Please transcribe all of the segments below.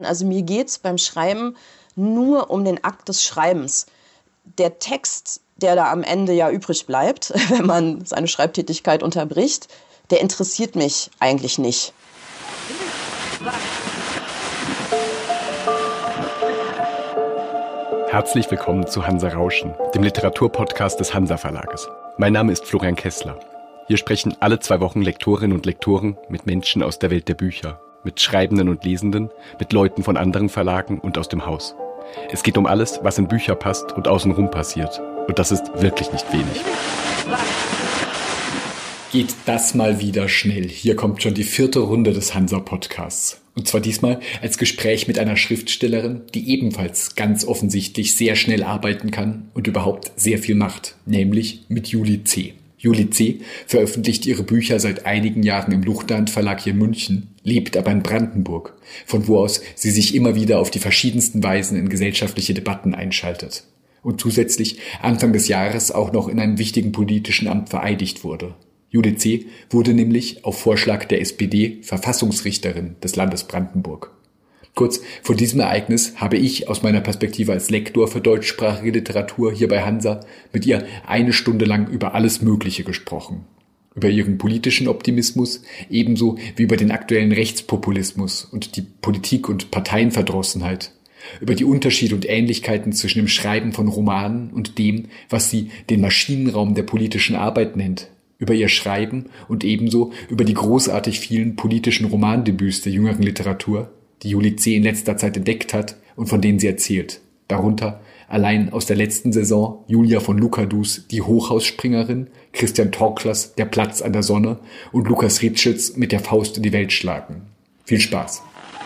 Also mir geht es beim Schreiben nur um den Akt des Schreibens. Der Text, der da am Ende ja übrig bleibt, wenn man seine Schreibtätigkeit unterbricht, der interessiert mich eigentlich nicht. Herzlich willkommen zu Hansa Rauschen, dem Literaturpodcast des Hansa Verlages. Mein Name ist Florian Kessler. Hier sprechen alle 2 Wochen Lektorinnen und Lektoren mit Menschen aus der Welt der Bücher, mit Schreibenden und Lesenden, mit Leuten von anderen Verlagen und aus dem Haus. Es geht um alles, was in Bücher passt und außenrum passiert. Und das ist wirklich nicht wenig. Geht das mal wieder schnell. Hier kommt schon die 4. Runde des Hansa-Podcasts. Und zwar diesmal als Gespräch mit einer Schriftstellerin, die ebenfalls ganz offensichtlich sehr schnell arbeiten kann und überhaupt sehr viel macht, nämlich mit Julie C. Julie C. veröffentlicht ihre Bücher seit einigen Jahren im Luchterhand Verlag hier in München, lebt aber in Brandenburg, von wo aus sie sich immer wieder auf die verschiedensten Weisen in gesellschaftliche Debatten einschaltet. Und zusätzlich Anfang des Jahres auch noch in einem wichtigen politischen Amt vereidigt wurde. Julie C. wurde nämlich auf Vorschlag der SPD Verfassungsrichterin des Landes Brandenburg. Kurz vor diesem Ereignis habe ich aus meiner Perspektive als Lektor für deutschsprachige Literatur hier bei Hansa mit ihr 1 Stunde lang über alles Mögliche gesprochen. Über ihren politischen Optimismus, ebenso wie über den aktuellen Rechtspopulismus und die Politik- und Parteienverdrossenheit. Über die Unterschiede und Ähnlichkeiten zwischen dem Schreiben von Romanen und dem, was sie den Maschinenraum der politischen Arbeit nennt. Über ihr Schreiben und ebenso über die großartig vielen politischen Romandebüts der jüngeren Literatur, die Julie C. in letzter Zeit entdeckt hat und von denen sie erzählt. Darunter allein aus der letzten Saison Julia von Lucadus, die Hochhausspringerin, Christian Torklers, Der Platz an der Sonne und Lukas Ritschitz mit Der Faust in die Welt schlagen. Viel Spaß!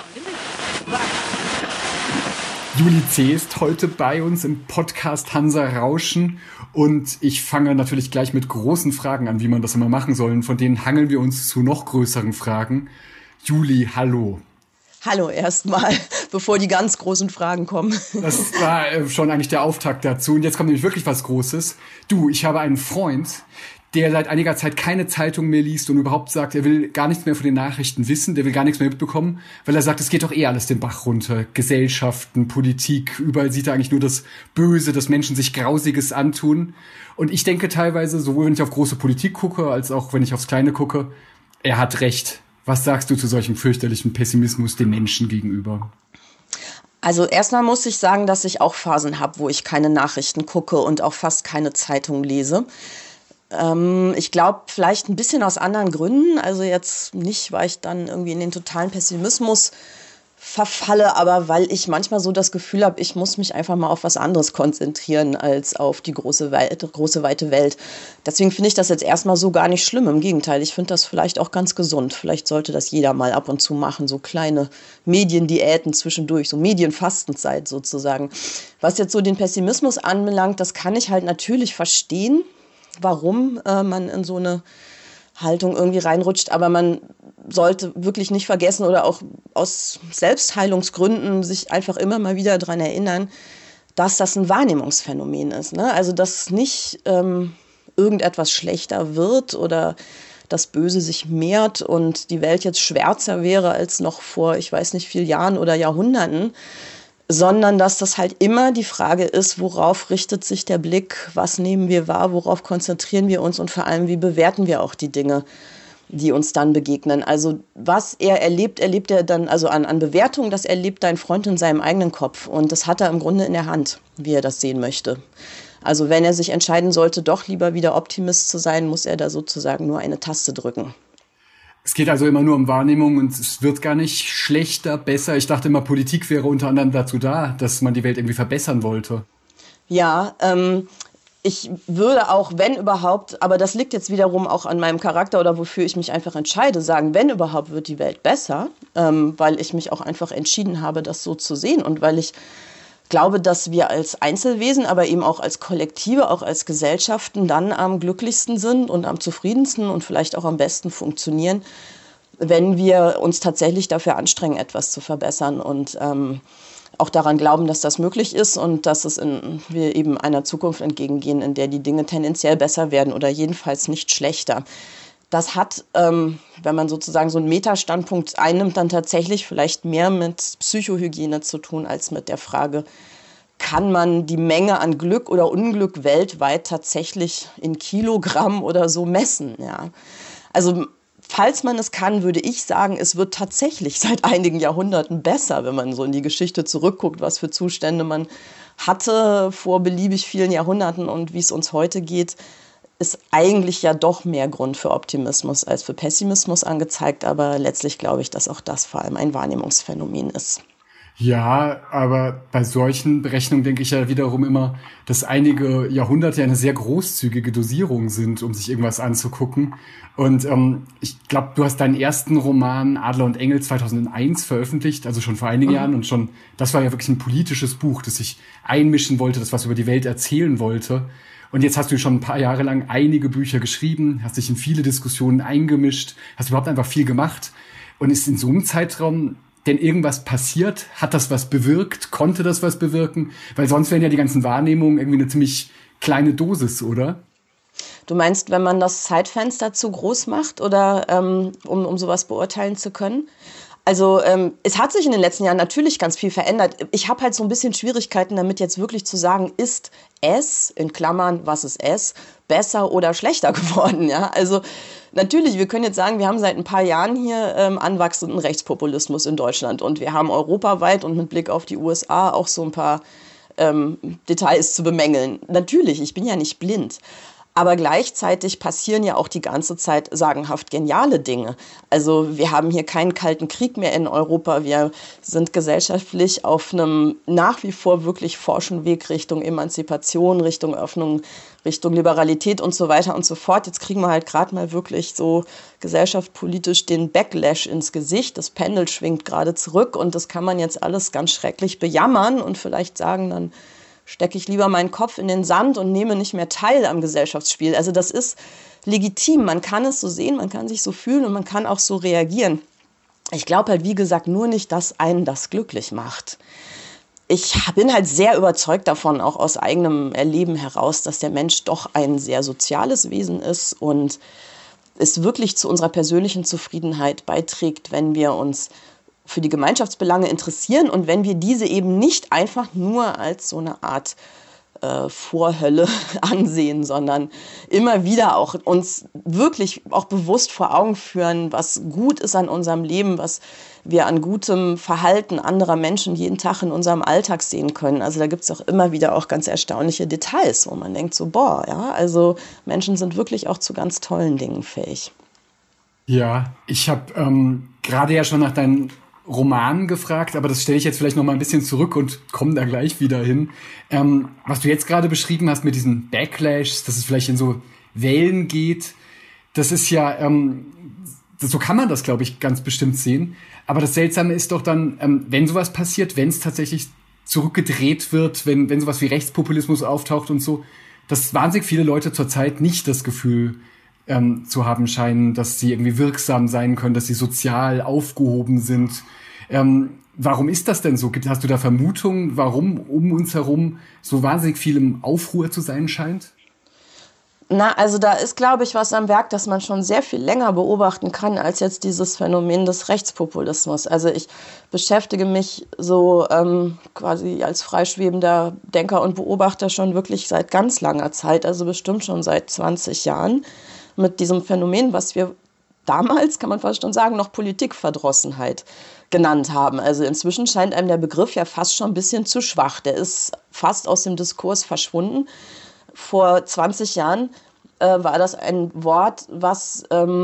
Julie C. ist heute bei uns im Podcast Hansa Rauschen und ich fange natürlich gleich mit großen Fragen an, wie man das immer machen soll. Und von denen hangeln wir uns zu noch größeren Fragen. Julie, hallo. Hallo erstmal, bevor die ganz großen Fragen kommen. Das war schon eigentlich der Auftakt dazu. Und jetzt kommt nämlich wirklich was Großes. Du, ich habe einen Freund, der seit einiger Zeit keine Zeitung mehr liest und überhaupt sagt, er will gar nichts mehr von den Nachrichten wissen, der will gar nichts mehr mitbekommen, weil er sagt, es geht doch eh alles den Bach runter. Gesellschaften, Politik, überall sieht er eigentlich nur das Böse, dass Menschen sich Grausiges antun. Und ich denke teilweise, sowohl wenn ich auf große Politik gucke, als auch wenn ich aufs Kleine gucke, er hat recht. Was sagst du zu solchem fürchterlichen Pessimismus dem Menschen gegenüber? Also erstmal muss ich sagen, dass ich auch Phasen habe, wo ich keine Nachrichten gucke und auch fast keine Zeitung lese. Ich glaube, vielleicht ein bisschen aus anderen Gründen. Also jetzt nicht, weil ich dann irgendwie in den totalen Pessimismus verfalle, aber weil ich manchmal so das Gefühl habe, ich muss mich einfach mal auf was anderes konzentrieren als auf die große weite Welt. Deswegen finde ich das jetzt erstmal so gar nicht schlimm. Im Gegenteil, ich finde das vielleicht auch ganz gesund. Vielleicht sollte das jeder mal ab und zu machen, so kleine Mediendiäten zwischendurch, so Medienfastenzeit sozusagen. Was jetzt so den Pessimismus anbelangt, das kann ich halt natürlich verstehen, warum man in so eine Haltung irgendwie reinrutscht, aber man sollte wirklich nicht vergessen oder auch aus Selbstheilungsgründen sich einfach immer mal wieder daran erinnern, dass das ein Wahrnehmungsphänomen ist, ne? Also dass nicht irgendetwas schlechter wird oder das Böse sich mehrt und die Welt jetzt schwärzer wäre als noch vor, ich weiß nicht, vielen Jahren oder Jahrhunderten, sondern dass das halt immer die Frage ist, worauf richtet sich der Blick, was nehmen wir wahr, worauf konzentrieren wir uns und vor allem, wie bewerten wir auch die Dinge, die uns dann begegnen. Also was er erlebt er dann, also an Bewertung, das erlebt dein Freund in seinem eigenen Kopf und das hat er im Grunde in der Hand, wie er das sehen möchte. Also wenn er sich entscheiden sollte, doch lieber wieder Optimist zu sein, muss er da sozusagen nur eine Taste drücken. Es geht also immer nur um Wahrnehmung und es wird gar nicht schlechter, besser. Ich dachte immer, Politik wäre unter anderem dazu da, dass man die Welt irgendwie verbessern wollte. Ja, ich würde auch, wenn überhaupt, aber das liegt jetzt wiederum auch an meinem Charakter oder wofür ich mich einfach entscheide, sagen, wenn überhaupt wird die Welt besser, weil ich mich auch einfach entschieden habe, das so zu sehen und weil ich glaube, dass wir als Einzelwesen, aber eben auch als Kollektive, auch als Gesellschaften dann am glücklichsten sind und am zufriedensten und vielleicht auch am besten funktionieren, wenn wir uns tatsächlich dafür anstrengen, etwas zu verbessern und auch daran glauben, dass das möglich ist und dass wir eben einer Zukunft entgegengehen, in der die Dinge tendenziell besser werden oder jedenfalls nicht schlechter. Das hat, wenn man sozusagen so einen Metastandpunkt einnimmt, dann tatsächlich vielleicht mehr mit Psychohygiene zu tun als mit der Frage, kann man die Menge an Glück oder Unglück weltweit tatsächlich in Kilogramm oder so messen? Ja. Also falls man es kann, würde ich sagen, es wird tatsächlich seit einigen Jahrhunderten besser, wenn man so in die Geschichte zurückguckt, was für Zustände man hatte vor beliebig vielen Jahrhunderten und wie es uns heute geht, ist eigentlich ja doch mehr Grund für Optimismus als für Pessimismus angezeigt. Aber letztlich glaube ich, dass auch das vor allem ein Wahrnehmungsphänomen ist. Ja, aber bei solchen Berechnungen denke ich ja wiederum immer, dass einige Jahrhunderte eine sehr großzügige Dosierung sind, um sich irgendwas anzugucken. Und ich glaube, du hast deinen ersten Roman Adler und Engel 2001 veröffentlicht, also schon vor einigen Jahren. Und schon, das war ja wirklich ein politisches Buch, das sich einmischen wollte, das was über die Welt erzählen wollte. Und jetzt hast du schon ein paar Jahre lang einige Bücher geschrieben, hast dich in viele Diskussionen eingemischt, hast überhaupt einfach viel gemacht. Und ist in so einem Zeitraum denn irgendwas passiert? Hat das was bewirkt? Konnte das was bewirken? Weil sonst wären ja die ganzen Wahrnehmungen irgendwie eine ziemlich kleine Dosis, oder? Du meinst, wenn man das Zeitfenster zu groß macht oder um sowas beurteilen zu können? Also es hat sich in den letzten Jahren natürlich ganz viel verändert. Ich habe halt so ein bisschen Schwierigkeiten damit, jetzt wirklich zu sagen, ist es, in Klammern, was ist es, besser oder schlechter geworden? Ja? Also natürlich, wir können jetzt sagen, wir haben seit ein paar Jahren hier anwachsenden Rechtspopulismus in Deutschland und wir haben europaweit und mit Blick auf die USA auch so ein paar Details zu bemängeln. Natürlich, ich bin ja nicht blind. Aber gleichzeitig passieren ja auch die ganze Zeit sagenhaft geniale Dinge. Also wir haben hier keinen Kalten Krieg mehr in Europa. Wir sind gesellschaftlich auf einem nach wie vor wirklich forschen Weg Richtung Emanzipation, Richtung Öffnung, Richtung Liberalität und so weiter und so fort. Jetzt kriegen wir halt gerade mal wirklich so gesellschaftspolitisch den Backlash ins Gesicht. Das Pendel schwingt gerade zurück und das kann man jetzt alles ganz schrecklich bejammern und vielleicht sagen dann, stecke ich lieber meinen Kopf in den Sand und nehme nicht mehr teil am Gesellschaftsspiel. Also das ist legitim, man kann es so sehen, man kann sich so fühlen und man kann auch so reagieren. Ich glaube halt, wie gesagt, nur nicht, dass einen das glücklich macht. Ich bin halt sehr überzeugt davon, auch aus eigenem Erleben heraus, dass der Mensch doch ein sehr soziales Wesen ist und es wirklich zu unserer persönlichen Zufriedenheit beiträgt, wenn wir uns für die Gemeinschaftsbelange interessieren und wenn wir diese eben nicht einfach nur als so eine Art Vorhölle ansehen, sondern immer wieder auch uns wirklich auch bewusst vor Augen führen, was gut ist an unserem Leben, was wir an gutem Verhalten anderer Menschen jeden Tag in unserem Alltag sehen können. Also da gibt es auch immer wieder auch ganz erstaunliche Details, wo man denkt so, boah, ja, also Menschen sind wirklich auch zu ganz tollen Dingen fähig. Ja, ich habe gerade ja schon nach deinen Roman gefragt, aber das stelle ich jetzt vielleicht noch mal ein bisschen zurück und komme da gleich wieder hin. Was du jetzt gerade beschrieben hast mit diesen Backlash, dass es vielleicht in so Wellen geht, das ist ja, so kann man das, glaube ich, ganz bestimmt sehen. Aber das Seltsame ist doch dann, wenn sowas passiert, wenn es tatsächlich zurückgedreht wird, wenn sowas wie Rechtspopulismus auftaucht und so, dass wahnsinnig viele Leute zurzeit nicht das Gefühl zu haben scheinen, dass sie irgendwie wirksam sein können, dass sie sozial aufgehoben sind. Warum ist das denn so? Hast du da Vermutungen, warum um uns herum so wahnsinnig viel im Aufruhr zu sein scheint? Na, also da ist, glaube ich, was am Werk, das man schon sehr viel länger beobachten kann, als jetzt dieses Phänomen des Rechtspopulismus. Also ich beschäftige mich so quasi als freischwebender Denker und Beobachter schon wirklich seit ganz langer Zeit, also bestimmt schon seit 20 Jahren, mit diesem Phänomen, was wir damals, kann man fast schon sagen, noch Politikverdrossenheit genannt haben. Also inzwischen scheint einem der Begriff ja fast schon ein bisschen zu schwach. Der ist fast aus dem Diskurs verschwunden. Vor 20 Jahren war das ein Wort, was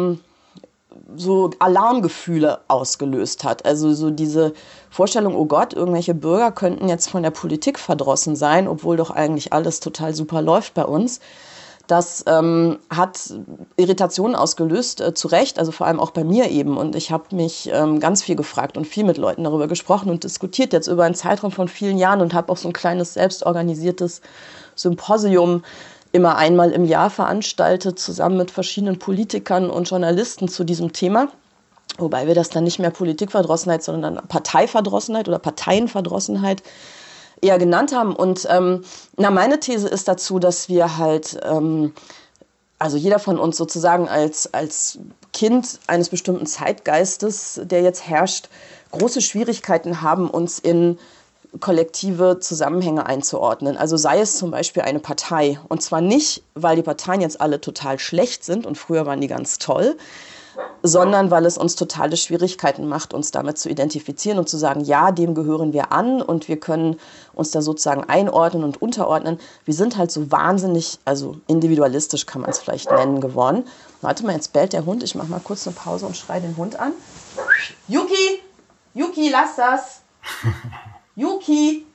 so Alarmgefühle ausgelöst hat. Also so diese Vorstellung, oh Gott, irgendwelche Bürger könnten jetzt von der Politik verdrossen sein, obwohl doch eigentlich alles total super läuft bei uns. Das hat Irritationen ausgelöst, zu Recht, also vor allem auch bei mir eben. Und ich habe mich ganz viel gefragt und viel mit Leuten darüber gesprochen und diskutiert jetzt über einen Zeitraum von vielen Jahren und habe auch so ein kleines selbstorganisiertes Symposium immer einmal im Jahr veranstaltet, zusammen mit verschiedenen Politikern und Journalisten zu diesem Thema. Wobei wir das dann nicht mehr Politikverdrossenheit, sondern Parteiverdrossenheit oder Parteienverdrossenheit eher genannt haben. Und meine These ist dazu, dass wir halt also jeder von uns sozusagen als Kind eines bestimmten Zeitgeistes, der jetzt herrscht, große Schwierigkeiten haben, uns in kollektive Zusammenhänge einzuordnen. Also sei es zum Beispiel eine Partei. Und zwar nicht, weil die Parteien jetzt alle total schlecht sind und früher waren die ganz toll, sondern weil es uns totale Schwierigkeiten macht, uns damit zu identifizieren und zu sagen, ja, dem gehören wir an und wir können uns da sozusagen einordnen und unterordnen. Wir sind halt so wahnsinnig, also individualistisch kann man es vielleicht nennen, geworden. Warte mal, jetzt bellt der Hund. Ich mache mal kurz eine Pause und schreie den Hund an. Yuki! Yuki, lass das! Yuki!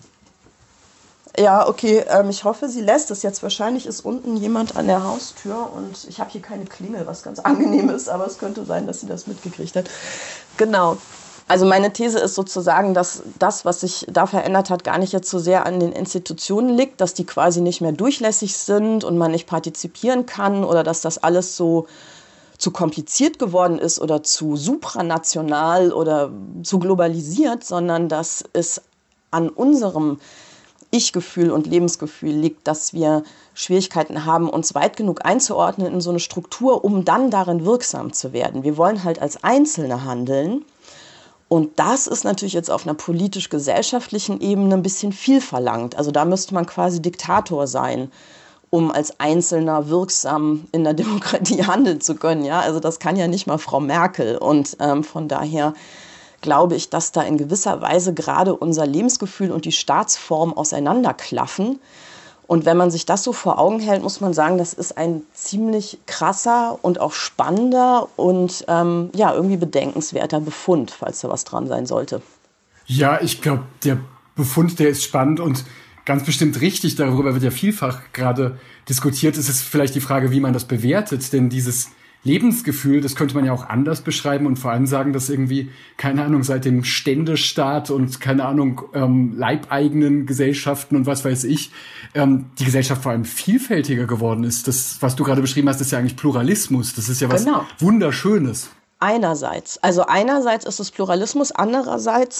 Ja, okay, ich hoffe, sie lässt es jetzt. Wahrscheinlich ist unten jemand an der Haustür und ich habe hier keine Klingel, was ganz angenehm ist, aber es könnte sein, dass sie das mitgekriegt hat. Genau. Also meine These ist sozusagen, dass das, was sich da verändert hat, gar nicht jetzt so sehr an den Institutionen liegt, dass die quasi nicht mehr durchlässig sind und man nicht partizipieren kann oder dass das alles so zu kompliziert geworden ist oder zu supranational oder zu globalisiert, sondern dass es an unserem Ich-Gefühl und Lebensgefühl liegt, dass wir Schwierigkeiten haben, uns weit genug einzuordnen in so eine Struktur, um dann darin wirksam zu werden. Wir wollen halt als Einzelne handeln. Und das ist natürlich jetzt auf einer politisch-gesellschaftlichen Ebene ein bisschen viel verlangt. Also da müsste man quasi Diktator sein, um als Einzelner wirksam in der Demokratie handeln zu können. Ja? Also das kann ja nicht mal Frau Merkel. Und von daher glaube ich, dass da in gewisser Weise gerade unser Lebensgefühl und die Staatsform auseinanderklaffen. Und wenn man sich das so vor Augen hält, muss man sagen, das ist ein ziemlich krasser und auch spannender und ja, irgendwie bedenkenswerter Befund, falls da was dran sein sollte. Ja, ich glaube, der Befund, der ist spannend und ganz bestimmt richtig. Darüber wird ja vielfach gerade diskutiert. Es ist vielleicht die Frage, wie man das bewertet, denn dieses Lebensgefühl, das könnte man ja auch anders beschreiben und vor allem sagen, dass irgendwie, keine Ahnung, seit dem Ständestaat und, keine Ahnung, leibeigenen Gesellschaften und was weiß ich, die Gesellschaft vor allem vielfältiger geworden ist. Das, was du gerade beschrieben hast, ist ja eigentlich Pluralismus. Das ist ja was Wunderschönes. Einerseits ist es Pluralismus, andererseits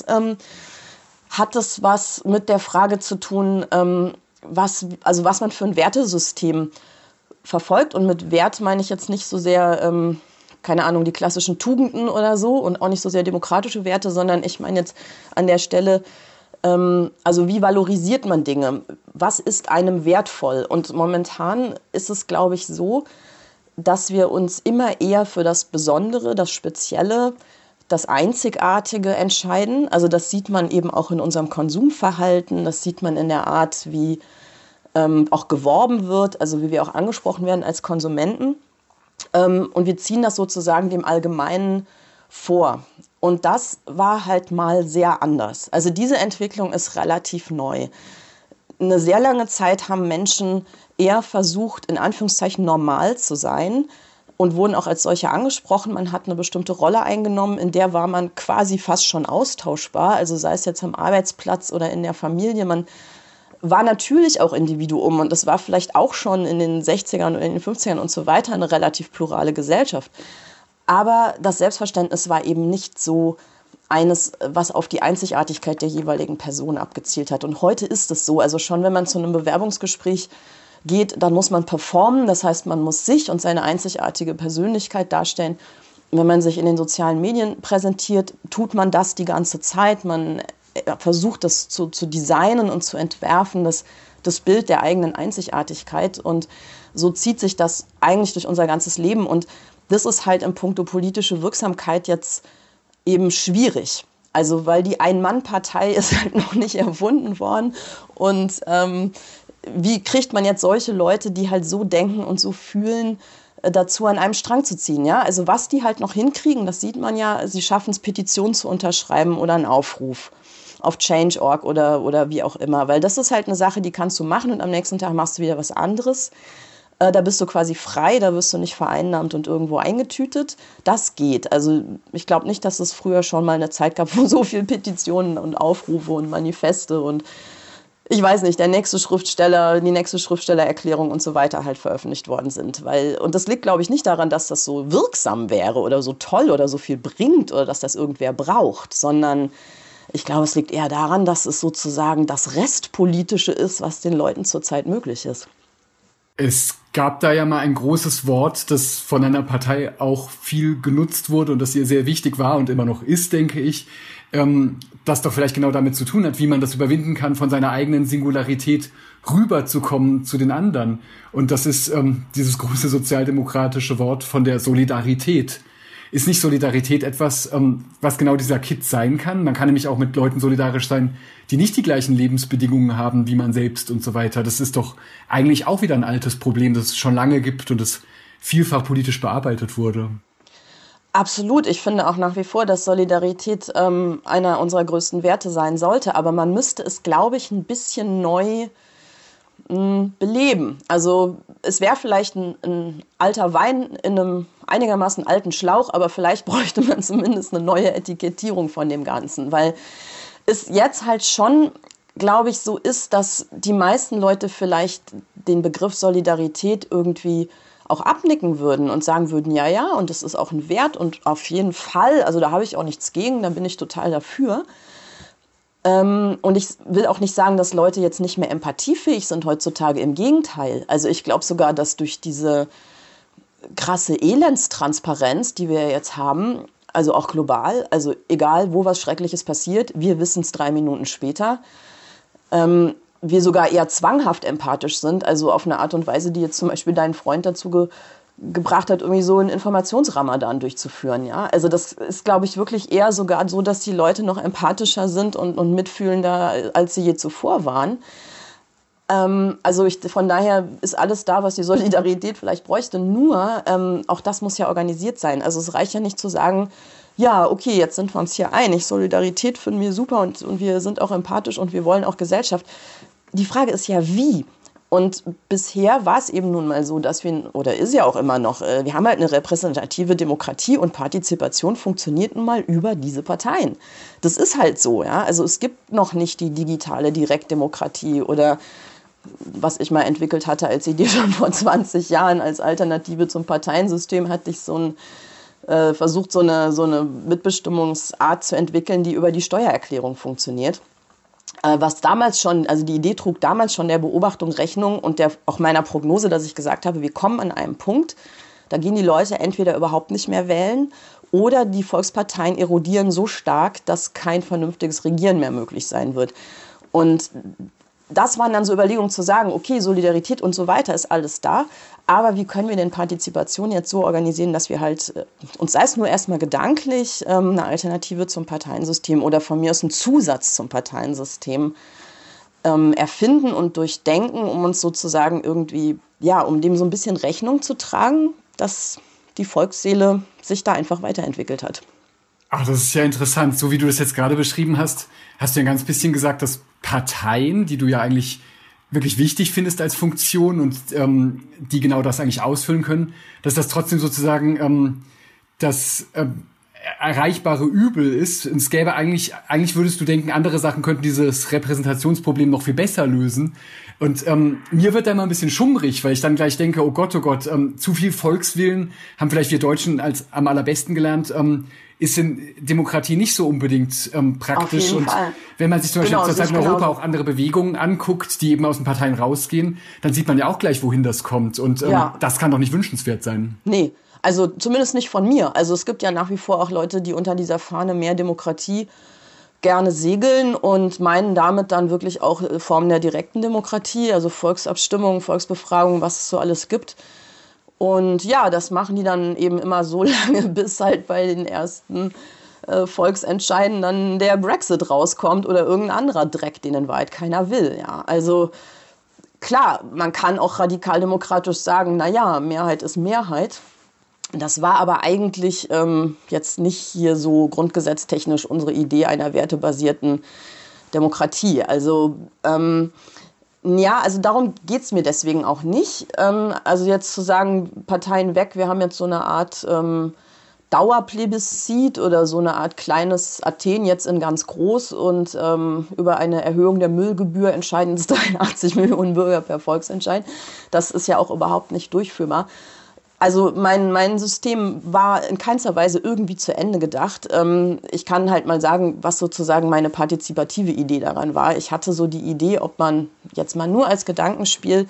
hat es was mit der Frage zu tun, was man für ein Wertesystem verfolgt. Und mit Wert meine ich jetzt nicht so sehr, keine Ahnung, die klassischen Tugenden oder so und auch nicht so sehr demokratische Werte, sondern ich meine jetzt an der Stelle, also wie valorisiert man Dinge? Was ist einem wertvoll? Und momentan ist es, glaube ich, so, dass wir uns immer eher für das Besondere, das Spezielle, das Einzigartige entscheiden. Also das sieht man eben auch in unserem Konsumverhalten, das sieht man in der Art, wie auch geworben wird, also wie wir auch angesprochen werden als Konsumenten. Und wir ziehen das sozusagen dem Allgemeinen vor. Und das war halt mal sehr anders. Also diese Entwicklung ist relativ neu. Eine sehr lange Zeit haben Menschen eher versucht, in Anführungszeichen normal zu sein und wurden auch als solche angesprochen. Man hat eine bestimmte Rolle eingenommen, in der war man quasi fast schon austauschbar. Also sei es jetzt am Arbeitsplatz oder in der Familie, man war natürlich auch Individuum und das war vielleicht auch schon in den 60ern und in den 50ern und so weiter eine relativ plurale Gesellschaft. Aber das Selbstverständnis war eben nicht so eines, was auf die Einzigartigkeit der jeweiligen Person abgezielt hat. Und heute ist es so, also schon wenn man zu einem Bewerbungsgespräch geht, dann muss man performen, das heißt, man muss sich und seine einzigartige Persönlichkeit darstellen. Wenn man sich in den sozialen Medien präsentiert, tut man das die ganze Zeit, man versucht das zu designen und zu entwerfen, das Bild der eigenen Einzigartigkeit. Und so zieht sich das eigentlich durch unser ganzes Leben. Und das ist halt in puncto politische Wirksamkeit jetzt eben schwierig. Also weil die Ein-Mann-Partei ist halt noch nicht erfunden worden. Und wie kriegt man jetzt solche Leute, die halt so denken und so fühlen, dazu an einem Strang zu ziehen? Ja? Also was die halt noch hinkriegen, das sieht man ja, sie schaffen es, Petitionen zu unterschreiben oder einen Aufruf auf Change.org oder wie auch immer. Weil das ist halt eine Sache, die kannst du machen und am nächsten Tag machst du wieder was anderes. Da bist du quasi frei, da wirst du nicht vereinnahmt und irgendwo eingetütet. Das geht. Also ich glaube nicht, dass es früher schon mal eine Zeit gab, wo so viele Petitionen und Aufrufe und Manifeste und ich weiß nicht, die nächste Schriftstellererklärung und so weiter halt veröffentlicht worden sind. Und das liegt, glaube ich, nicht daran, dass das so wirksam wäre oder so toll oder so viel bringt oder dass das irgendwer braucht, sondern ich glaube, es liegt eher daran, dass es sozusagen das Restpolitische ist, was den Leuten zurzeit möglich ist. Es gab da ja mal ein großes Wort, das von einer Partei auch viel genutzt wurde und das ihr sehr wichtig war und immer noch ist, denke ich, das doch vielleicht genau damit zu tun hat, wie man das überwinden kann, von seiner eigenen Singularität rüberzukommen zu den anderen. Und das ist dieses große sozialdemokratische Wort von der Solidarität. Ist nicht Solidarität etwas, was genau dieser Kit sein kann? Man kann nämlich auch mit Leuten solidarisch sein, die nicht die gleichen Lebensbedingungen haben wie man selbst und so weiter. Das ist doch eigentlich auch wieder ein altes Problem, das es schon lange gibt und das vielfach politisch bearbeitet wurde. Absolut. Ich finde auch nach wie vor, dass Solidarität einer unserer größten Werte sein sollte. Aber man müsste es, glaube ich, ein bisschen neu beleben. Also es wäre vielleicht ein alter Wein in einem einigermaßen alten Schlauch, aber vielleicht bräuchte man zumindest eine neue Etikettierung von dem Ganzen, weil es jetzt halt schon, glaube ich, so ist, dass die meisten Leute vielleicht den Begriff Solidarität irgendwie auch abnicken würden und sagen würden, ja, ja, und das ist auch ein Wert und auf jeden Fall, also da habe ich auch nichts gegen, da bin ich total dafür. Und ich will auch nicht sagen, dass Leute jetzt nicht mehr empathiefähig sind heutzutage, im Gegenteil. Also ich glaube sogar, dass durch diese krasse Elendstransparenz, die wir jetzt haben, also auch global, also egal, wo was Schreckliches passiert, wir wissen es 3 Minuten später, wir sogar eher zwanghaft empathisch sind, also auf eine Art und Weise, die jetzt zum Beispiel deinen Freund dazu gebracht hat, irgendwie so einen Informationsramadan durchzuführen. Ja? Also das ist, glaube ich, wirklich eher sogar so, dass die Leute noch empathischer sind und mitfühlender, als sie je zuvor waren. Also von daher ist alles da, was die Solidarität vielleicht bräuchte. Nur, auch das muss ja organisiert sein. Also es reicht ja nicht zu sagen, ja, okay, jetzt sind wir uns hier einig, Solidarität finden wir super und wir sind auch empathisch und wir wollen auch Gesellschaft. Die Frage ist ja, wie? Und bisher war es eben nun mal so, dass wir, oder ist ja auch immer noch, wir haben halt eine repräsentative Demokratie und Partizipation funktioniert nun mal über diese Parteien. Das ist halt so, ja. Also es gibt noch nicht die digitale Direktdemokratie oder was ich mal entwickelt hatte als Idee schon vor 20 Jahren als Alternative zum Parteiensystem, hatte ich versucht, so eine Mitbestimmungsart zu entwickeln, die über die Steuererklärung funktioniert. Was damals schon, also die Idee trug damals schon der Beobachtung Rechnung und auch meiner Prognose, dass ich gesagt habe, wir kommen an einem Punkt, da gehen die Leute entweder überhaupt nicht mehr wählen oder die Volksparteien erodieren so stark, dass kein vernünftiges Regieren mehr möglich sein wird. Und das waren dann so Überlegungen zu sagen, okay, Solidarität und so weiter ist alles da, aber wie können wir denn Partizipation jetzt so organisieren, dass wir halt uns, sei es nur erstmal gedanklich, eine Alternative zum Parteiensystem oder von mir aus einen Zusatz zum Parteiensystem erfinden und durchdenken, um uns sozusagen irgendwie, ja, um dem so ein bisschen Rechnung zu tragen, dass die Volksseele sich da einfach weiterentwickelt hat. Ach, das ist ja interessant. So wie du das jetzt gerade beschrieben hast, hast du ja ein ganz bisschen gesagt, dass Parteien, die du ja eigentlich wirklich wichtig findest als Funktion und die genau das eigentlich ausfüllen können, dass das trotzdem sozusagen das erreichbare Übel ist. Und es gäbe eigentlich würdest du denken, andere Sachen könnten dieses Repräsentationsproblem noch viel besser lösen. Und mir wird da immer ein bisschen schummrig, weil ich dann gleich denke, oh Gott, zu viel Volkswillen haben vielleicht wir Deutschen als am allerbesten gelernt, ist in Demokratie nicht so unbedingt praktisch. Und wenn man sich zum Beispiel zurzeit in Europa auch andere Bewegungen anguckt, die eben aus den Parteien rausgehen, dann sieht man ja auch gleich, wohin das kommt. Und das kann doch nicht wünschenswert sein. Nee, also zumindest nicht von mir. Also es gibt ja nach wie vor auch Leute, die unter dieser Fahne mehr Demokratie gerne segeln und meinen damit dann wirklich auch Formen der direkten Demokratie, also Volksabstimmung, Volksbefragung, was es so alles gibt. Und ja, das machen die dann eben immer so lange, bis halt bei den ersten Volksentscheiden dann der Brexit rauskommt oder irgendein anderer Dreck, den in Wahrheit keiner will. Ja. Also klar, man kann auch radikaldemokratisch sagen, naja, Mehrheit ist Mehrheit. Das war aber eigentlich jetzt nicht hier so grundgesetztechnisch unsere Idee einer wertebasierten Demokratie. Also ja, also darum geht's mir deswegen auch nicht. Also jetzt zu sagen, Parteien weg, wir haben jetzt so eine Art Dauerplebiscit oder so eine Art kleines Athen jetzt in ganz groß und über eine Erhöhung der Müllgebühr entscheiden es 83 Millionen Bürger per Volksentscheid. Das ist ja auch überhaupt nicht durchführbar. Also mein System war in keinster Weise irgendwie zu Ende gedacht. Ich kann halt mal sagen, was sozusagen meine partizipative Idee daran war. Ich hatte so die Idee, ob man jetzt mal nur als Gedankenspiel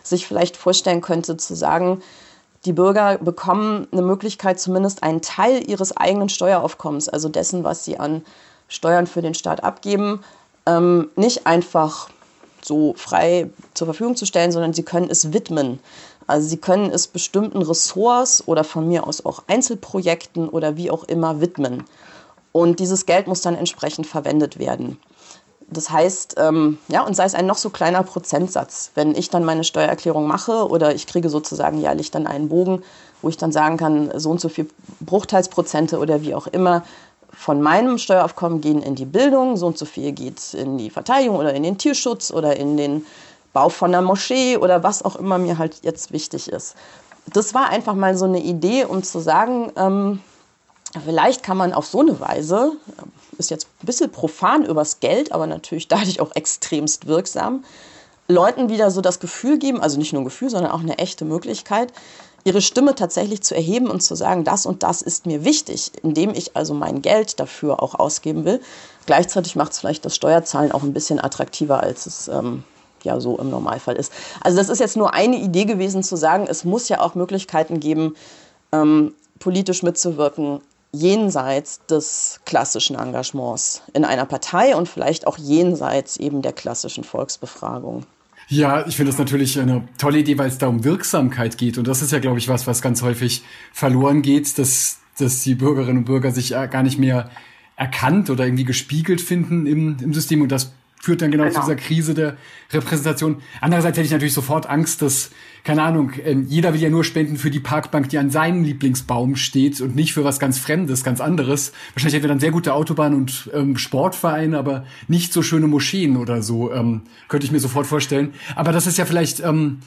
sich vielleicht vorstellen könnte, zu sagen, die Bürger bekommen eine Möglichkeit, zumindest einen Teil ihres eigenen Steueraufkommens, also dessen, was sie an Steuern für den Staat abgeben, nicht einfach so frei zur Verfügung zu stellen, sondern sie können es widmen. Also sie können es bestimmten Ressorts oder von mir aus auch Einzelprojekten oder wie auch immer widmen. Und dieses Geld muss dann entsprechend verwendet werden. Das heißt, und sei es ein noch so kleiner Prozentsatz, wenn ich dann meine Steuererklärung mache oder ich kriege sozusagen jährlich dann einen Bogen, wo ich dann sagen kann, so und so viel Bruchteilsprozente oder wie auch immer von meinem Steueraufkommen gehen in die Bildung, so und so viel geht in die Verteidigung oder in den Tierschutz oder in den Bau von einer Moschee oder was auch immer mir halt jetzt wichtig ist. Das war einfach mal so eine Idee, um zu sagen, vielleicht kann man auf so eine Weise, ist jetzt ein bisschen profan übers Geld, aber natürlich dadurch auch extremst wirksam, Leuten wieder so das Gefühl geben, also nicht nur ein Gefühl, sondern auch eine echte Möglichkeit, ihre Stimme tatsächlich zu erheben und zu sagen, das und das ist mir wichtig, indem ich also mein Geld dafür auch ausgeben will. Gleichzeitig macht es vielleicht das Steuerzahlen auch ein bisschen attraktiver, als es so im Normalfall ist. Also das ist jetzt nur eine Idee gewesen, zu sagen, es muss ja auch Möglichkeiten geben, politisch mitzuwirken, jenseits des klassischen Engagements in einer Partei und vielleicht auch jenseits eben der klassischen Volksbefragung. Ja, ich finde das natürlich eine tolle Idee, weil es da um Wirksamkeit geht. Und das ist ja, glaube ich, was ganz häufig verloren geht, dass die Bürgerinnen und Bürger sich gar nicht mehr erkannt oder irgendwie gespiegelt finden im System. Und das führt dann genau zu dieser Krise der Repräsentation. Andererseits hätte ich natürlich sofort Angst, dass, keine Ahnung, jeder will ja nur spenden für die Parkbank, die an seinem Lieblingsbaum steht und nicht für was ganz Fremdes, ganz anderes. Wahrscheinlich hätten wir dann sehr gute Autobahnen und Sportvereine, aber nicht so schöne Moscheen oder so, könnte ich mir sofort vorstellen. Aber das ist ja vielleicht,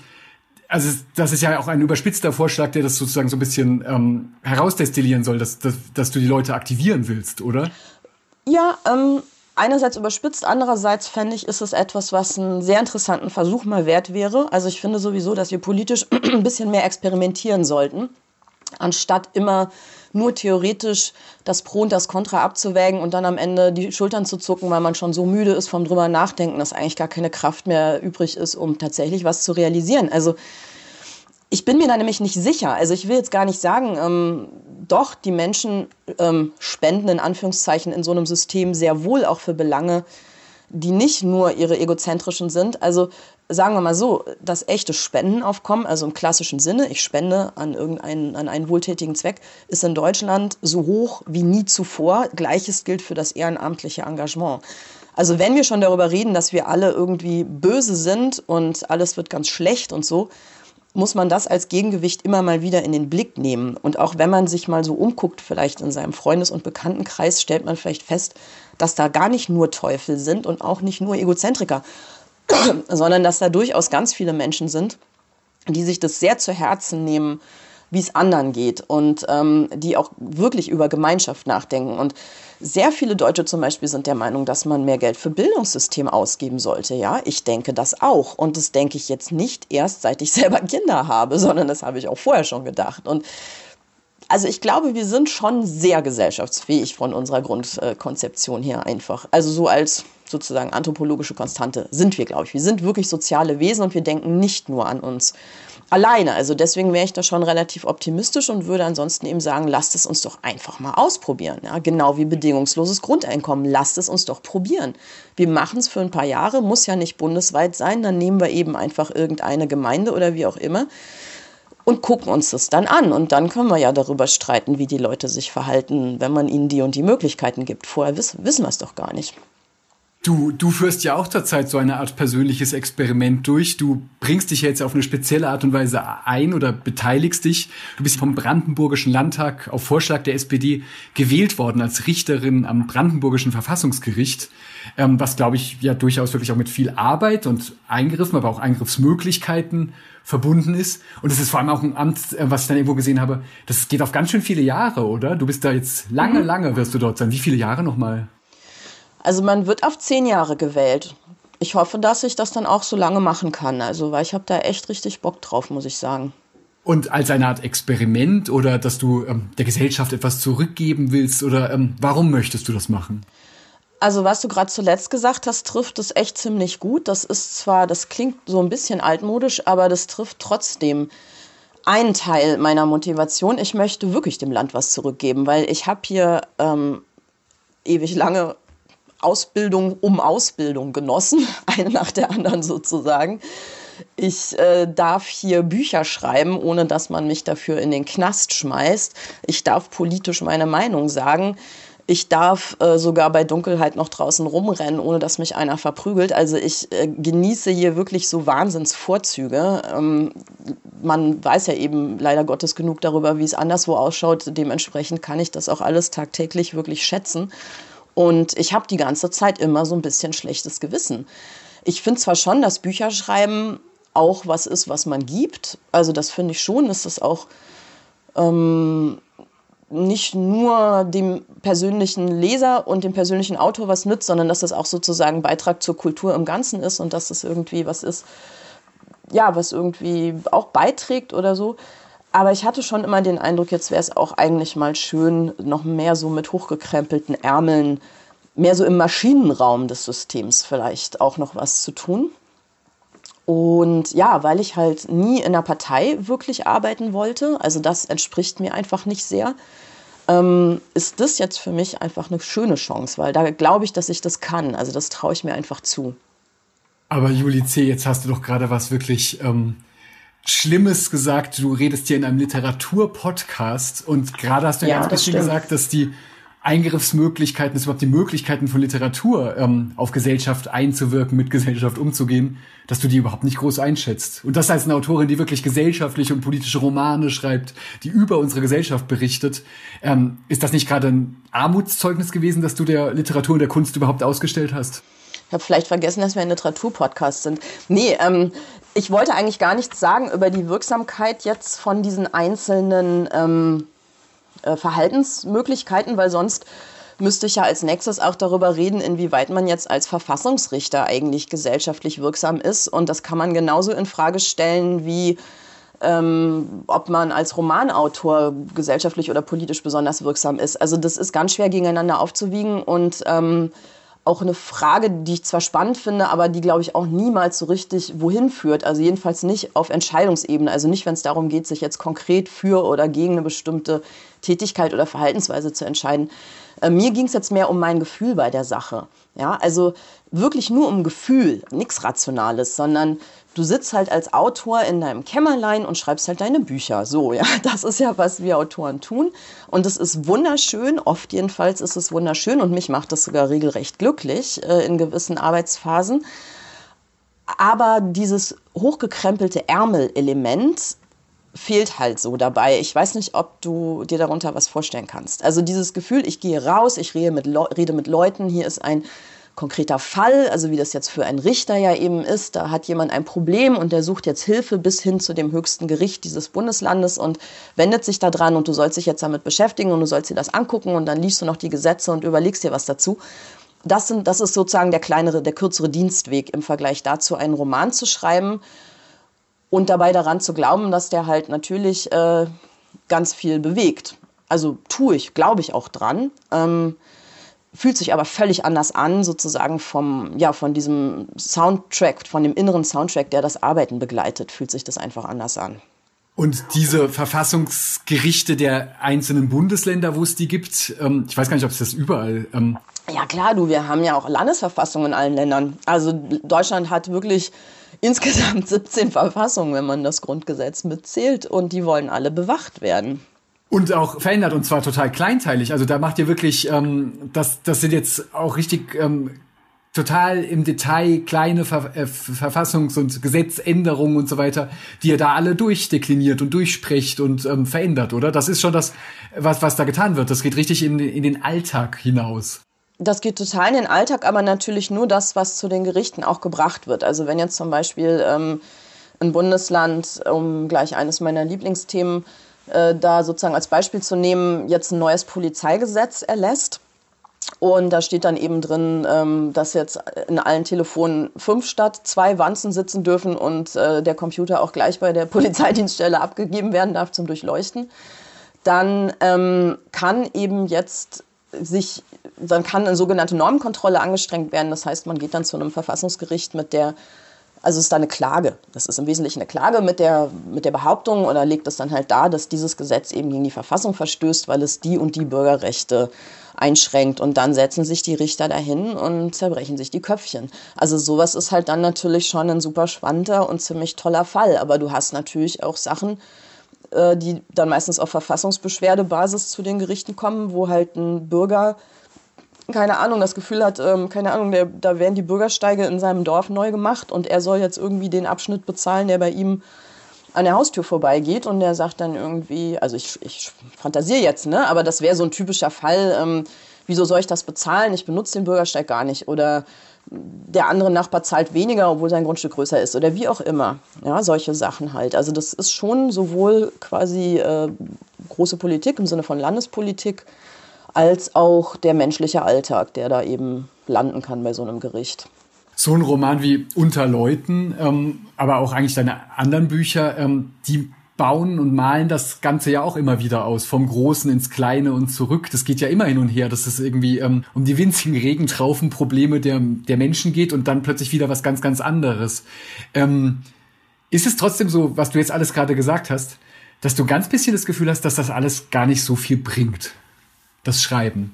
das ist ja auch ein überspitzter Vorschlag, der das sozusagen so ein bisschen herausdestillieren soll, dass du die Leute aktivieren willst, oder? Ja, einerseits überspitzt, andererseits fände ich, ist es etwas, was einen sehr interessanten Versuch mal wert wäre. Also ich finde sowieso, dass wir politisch ein bisschen mehr experimentieren sollten, anstatt immer nur theoretisch das Pro und das Contra abzuwägen und dann am Ende die Schultern zu zucken, weil man schon so müde ist vom drüber nachdenken, dass eigentlich gar keine Kraft mehr übrig ist, um tatsächlich was zu realisieren. Also ich bin mir da nämlich nicht sicher. Also ich will jetzt gar nicht sagen, doch, die Menschen spenden in Anführungszeichen in so einem System sehr wohl auch für Belange, die nicht nur ihre egozentrischen sind. Also sagen wir mal so, das echte Spendenaufkommen, also im klassischen Sinne, ich spende an einen wohltätigen Zweck, ist in Deutschland so hoch wie nie zuvor. Gleiches gilt für das ehrenamtliche Engagement. Also wenn wir schon darüber reden, dass wir alle irgendwie böse sind und alles wird ganz schlecht und so, muss man das als Gegengewicht immer mal wieder in den Blick nehmen. Und auch wenn man sich mal so umguckt, vielleicht in seinem Freundes- und Bekanntenkreis, stellt man vielleicht fest, dass da gar nicht nur Teufel sind und auch nicht nur Egozentriker, sondern dass da durchaus ganz viele Menschen sind, die sich das sehr zu Herzen nehmen, wie es anderen geht und die auch wirklich über Gemeinschaft nachdenken. Und sehr viele Deutsche zum Beispiel sind der Meinung, dass man mehr Geld für Bildungssystem ausgeben sollte. Ja, ich denke das auch. Und das denke ich jetzt nicht erst, seit ich selber Kinder habe, sondern das habe ich auch vorher schon gedacht. Und also ich glaube, wir sind schon sehr gesellschaftsfähig von unserer Grundkonzeption her einfach. Also so als sozusagen anthropologische Konstante sind wir, glaube ich. Wir sind wirklich soziale Wesen und wir denken nicht nur an uns alleine. Also deswegen wäre ich da schon relativ optimistisch und würde ansonsten eben sagen, lasst es uns doch einfach mal ausprobieren. Ja? Genau wie bedingungsloses Grundeinkommen. Lasst es uns doch probieren. Wir machen es für ein paar Jahre, muss ja nicht bundesweit sein. Dann nehmen wir eben einfach irgendeine Gemeinde oder wie auch immer und gucken uns das dann an. Und dann können wir ja darüber streiten, wie die Leute sich verhalten, wenn man ihnen die und die Möglichkeiten gibt. Vorher wissen wir es doch gar nicht. Du führst ja auch zurzeit so eine Art persönliches Experiment durch. Du bringst dich jetzt auf eine spezielle Art und Weise ein oder beteiligst dich. Du bist vom Brandenburgischen Landtag auf Vorschlag der SPD gewählt worden als Richterin am Brandenburgischen Verfassungsgericht, was, glaube ich, ja durchaus wirklich auch mit viel Arbeit und Eingriffen, aber auch Eingriffsmöglichkeiten verbunden ist. Und es ist vor allem auch ein Amt, was ich dann irgendwo gesehen habe, das geht auf ganz schön viele Jahre, oder? Du bist da jetzt lange wirst du dort sein. Wie viele Jahre nochmal? Also man wird auf 10 Jahre gewählt. Ich hoffe, dass ich das dann auch so lange machen kann. Also, weil ich habe da echt richtig Bock drauf, muss ich sagen. Und als eine Art Experiment oder dass du der Gesellschaft etwas zurückgeben willst oder warum möchtest du das machen? Also was du gerade zuletzt gesagt hast, trifft es echt ziemlich gut. Das klingt so ein bisschen altmodisch, aber das trifft trotzdem einen Teil meiner Motivation. Ich möchte wirklich dem Land was zurückgeben, weil ich habe hier ewig lange Ausbildung um Ausbildung genossen, eine nach der anderen sozusagen. Ich darf hier Bücher schreiben, ohne dass man mich dafür in den Knast schmeißt. Ich darf politisch meine Meinung sagen. Ich darf sogar bei Dunkelheit noch draußen rumrennen, ohne dass mich einer verprügelt. Also ich genieße hier wirklich so Wahnsinnsvorzüge. Man weiß ja eben leider Gottes genug darüber, wie es anderswo ausschaut. Dementsprechend kann ich das auch alles tagtäglich wirklich schätzen. Und ich habe die ganze Zeit immer so ein bisschen schlechtes Gewissen. Ich finde zwar schon, dass Bücherschreiben auch was ist, was man gibt. Also das finde ich schon, dass das auch nicht nur dem persönlichen Leser und dem persönlichen Autor was nützt, sondern dass das auch sozusagen Beitrag zur Kultur im Ganzen ist und dass das irgendwie was ist, ja, was irgendwie auch beiträgt oder so. Aber ich hatte schon immer den Eindruck, jetzt wäre es auch eigentlich mal schön, noch mehr so mit hochgekrempelten Ärmeln, mehr so im Maschinenraum des Systems vielleicht auch noch was zu tun. Und ja, weil ich halt nie in einer Partei wirklich arbeiten wollte, also das entspricht mir einfach nicht sehr, ist das jetzt für mich einfach eine schöne Chance, weil da glaube ich, dass ich das kann. Also das traue ich mir einfach zu. Aber Juli C., jetzt hast du doch gerade was wirklich Schlimmes gesagt. Du redest hier in einem Literaturpodcast und gerade hast du ja ganz bisschen gesagt, dass die Eingriffsmöglichkeiten, dass überhaupt die Möglichkeiten von Literatur auf Gesellschaft einzuwirken, mit Gesellschaft umzugehen, dass du die überhaupt nicht groß einschätzt. Und das als eine Autorin, die wirklich gesellschaftliche und politische Romane schreibt, die über unsere Gesellschaft berichtet. Ist das nicht gerade ein Armutszeugnis gewesen, dass du der Literatur und der Kunst überhaupt ausgestellt hast? Ich habe vielleicht vergessen, dass wir ein Literaturpodcast sind. Nee, ich wollte eigentlich gar nichts sagen über die Wirksamkeit jetzt von diesen einzelnen Verhaltensmöglichkeiten, weil sonst müsste ich ja als nächstes auch darüber reden, inwieweit man jetzt als Verfassungsrichter eigentlich gesellschaftlich wirksam ist. Und das kann man genauso in Frage stellen, wie ob man als Romanautor gesellschaftlich oder politisch besonders wirksam ist. Also das ist ganz schwer gegeneinander aufzuwiegen und auch eine Frage, die ich zwar spannend finde, aber die, glaube ich, auch niemals so richtig wohin führt. Also jedenfalls nicht auf Entscheidungsebene. Also nicht, wenn es darum geht, sich jetzt konkret für oder gegen eine bestimmte Tätigkeit oder Verhaltensweise zu entscheiden. Mir ging es jetzt mehr um mein Gefühl bei der Sache. Ja, also wirklich nur um Gefühl, nichts Rationales, sondern du sitzt halt als Autor in deinem Kämmerlein und schreibst halt deine Bücher. So, ja, das ist ja, was wir Autoren tun. Und es ist wunderschön, oft jedenfalls ist es wunderschön und mich macht das sogar regelrecht glücklich in gewissen Arbeitsphasen. Aber dieses hochgekrempelte Ärmel-Element fehlt halt so dabei. Ich weiß nicht, ob du dir darunter was vorstellen kannst. Also dieses Gefühl, ich gehe raus, ich rede mit Leuten, hier ist ein konkreter Fall, also wie das jetzt für einen Richter ja eben ist, da hat jemand ein Problem und der sucht jetzt Hilfe bis hin zu dem höchsten Gericht dieses Bundeslandes und wendet sich da dran und du sollst dich jetzt damit beschäftigen und du sollst dir das angucken und dann liest du noch die Gesetze und überlegst dir was dazu. Das ist sozusagen der kürzere Dienstweg im Vergleich dazu, einen Roman zu schreiben und dabei daran zu glauben, dass der halt natürlich ganz viel bewegt. Also glaube ich auch dran. Fühlt sich aber völlig anders an, sozusagen von diesem Soundtrack, von dem inneren Soundtrack, der das Arbeiten begleitet, fühlt sich das einfach anders an. Und diese Verfassungsgerichte der einzelnen Bundesländer, wo es die gibt, ich weiß gar nicht, ob es das überall... Ja klar, wir haben ja auch Landesverfassungen in allen Ländern. Also Deutschland hat wirklich insgesamt 17 Verfassungen, wenn man das Grundgesetz mitzählt, und die wollen alle bewacht werden. Und auch verändert, und zwar total kleinteilig. Also da macht ihr wirklich, das sind jetzt auch richtig total im Detail kleine Verfassungs- und Gesetzänderungen und so weiter, die ihr da alle durchdekliniert und durchsprecht und verändert, oder? Das ist schon das, was da getan wird. Das geht richtig in den Alltag hinaus. Das geht total in den Alltag, aber natürlich nur das, was zu den Gerichten auch gebracht wird. Also wenn jetzt zum Beispiel ein Bundesland, um gleich eines meiner Lieblingsthemen da sozusagen als Beispiel zu nehmen, jetzt ein neues Polizeigesetz erlässt. Und da steht dann eben drin, dass jetzt in allen Telefonen 5 statt 2 Wanzen sitzen dürfen und der Computer auch gleich bei der Polizeidienststelle abgegeben werden darf zum Durchleuchten. Dann kann eben jetzt dann kann eine sogenannte Normenkontrolle angestrengt werden. Das heißt, man geht dann zu einem Verfassungsgericht also es ist da eine Klage. Das ist im Wesentlichen eine Klage mit der Behauptung oder legt es dann halt dar, dass dieses Gesetz eben gegen die Verfassung verstößt, weil es die und die Bürgerrechte einschränkt. Und dann setzen sich die Richter dahin und zerbrechen sich die Köpfchen. Also sowas ist halt dann natürlich schon ein super spannender und ziemlich toller Fall. Aber du hast natürlich auch Sachen, die dann meistens auf Verfassungsbeschwerdebasis zu den Gerichten kommen, wo halt ein Bürger, keine Ahnung, das Gefühl hat, da werden die Bürgersteige in seinem Dorf neu gemacht und er soll jetzt irgendwie den Abschnitt bezahlen, der bei ihm an der Haustür vorbeigeht, und der sagt dann irgendwie, also ich fantasiere jetzt, ne, aber das wäre so ein typischer Fall, wieso soll ich das bezahlen? Ich benutze den Bürgersteig gar nicht, oder der andere Nachbar zahlt weniger, obwohl sein Grundstück größer ist, oder wie auch immer. Ja, solche Sachen halt. Also das ist schon sowohl quasi große Politik im Sinne von Landespolitik, als auch der menschliche Alltag, der da eben landen kann bei so einem Gericht. So ein Roman wie Unter Leuten, aber auch eigentlich deine anderen Bücher, die bauen und malen das Ganze ja auch immer wieder aus, vom Großen ins Kleine und zurück. Das geht ja immer hin und her, dass es irgendwie um die winzigen Regentraufenprobleme der Menschen geht und dann plötzlich wieder was ganz, ganz anderes. Ist es trotzdem so, was du jetzt alles gerade gesagt hast, dass du ganz bisschen das Gefühl hast, dass das alles gar nicht so viel bringt, das Schreiben?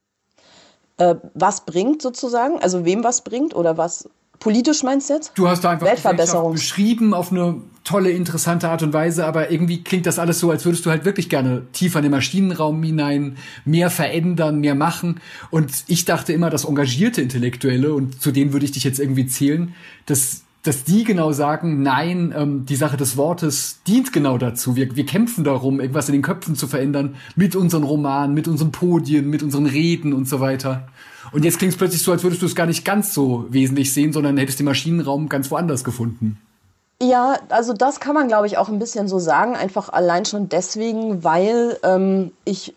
Was bringt sozusagen? Also wem was bringt oder was? Politisch meinst du jetzt? Du hast da einfach Weltverbesserung beschrieben auf eine tolle, interessante Art und Weise, aber irgendwie klingt das alles so, als würdest du halt wirklich gerne tiefer in den Maschinenraum hinein, mehr verändern, mehr machen. Und ich dachte immer, dass engagierte Intellektuelle, und zu denen würde ich dich jetzt irgendwie zählen, dass die genau sagen, nein, die Sache des Wortes dient genau dazu. Wir kämpfen darum, irgendwas in den Köpfen zu verändern, mit unseren Romanen, mit unseren Podien, mit unseren Reden und so weiter. Und jetzt klingt es plötzlich so, als würdest du es gar nicht ganz so wesentlich sehen, sondern hättest den Maschinenraum ganz woanders gefunden. Ja, also das kann man, glaube ich, auch ein bisschen so sagen, einfach allein schon deswegen, weil ich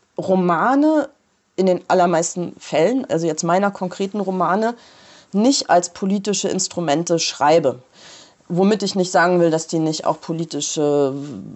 Romane in den allermeisten Fällen, also jetzt meiner konkreten Romane, nicht als politische Instrumente schreibe. Womit ich nicht sagen will, dass die nicht auch politische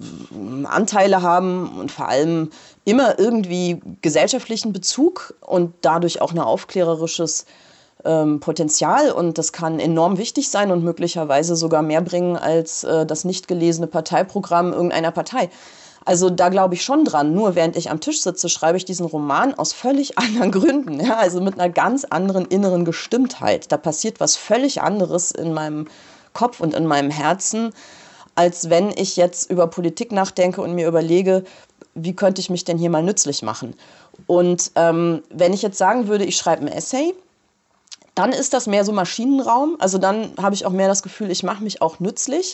Anteile haben und vor allem immer irgendwie gesellschaftlichen Bezug und dadurch auch ein aufklärerisches Potenzial. Und das kann enorm wichtig sein und möglicherweise sogar mehr bringen als das nicht gelesene Parteiprogramm irgendeiner Partei. Also da glaube ich schon dran. Nur während ich am Tisch sitze, schreibe ich diesen Roman aus völlig anderen Gründen. Ja? Also mit einer ganz anderen inneren Gestimmtheit. Da passiert was völlig anderes in meinem Kopf und in meinem Herzen, als wenn ich jetzt über Politik nachdenke und mir überlege, wie könnte ich mich denn hier mal nützlich machen. Und wenn ich jetzt sagen würde, ich schreibe ein Essay, dann ist das mehr so Maschinenraum. Also dann habe ich auch mehr das Gefühl, ich mache mich auch nützlich.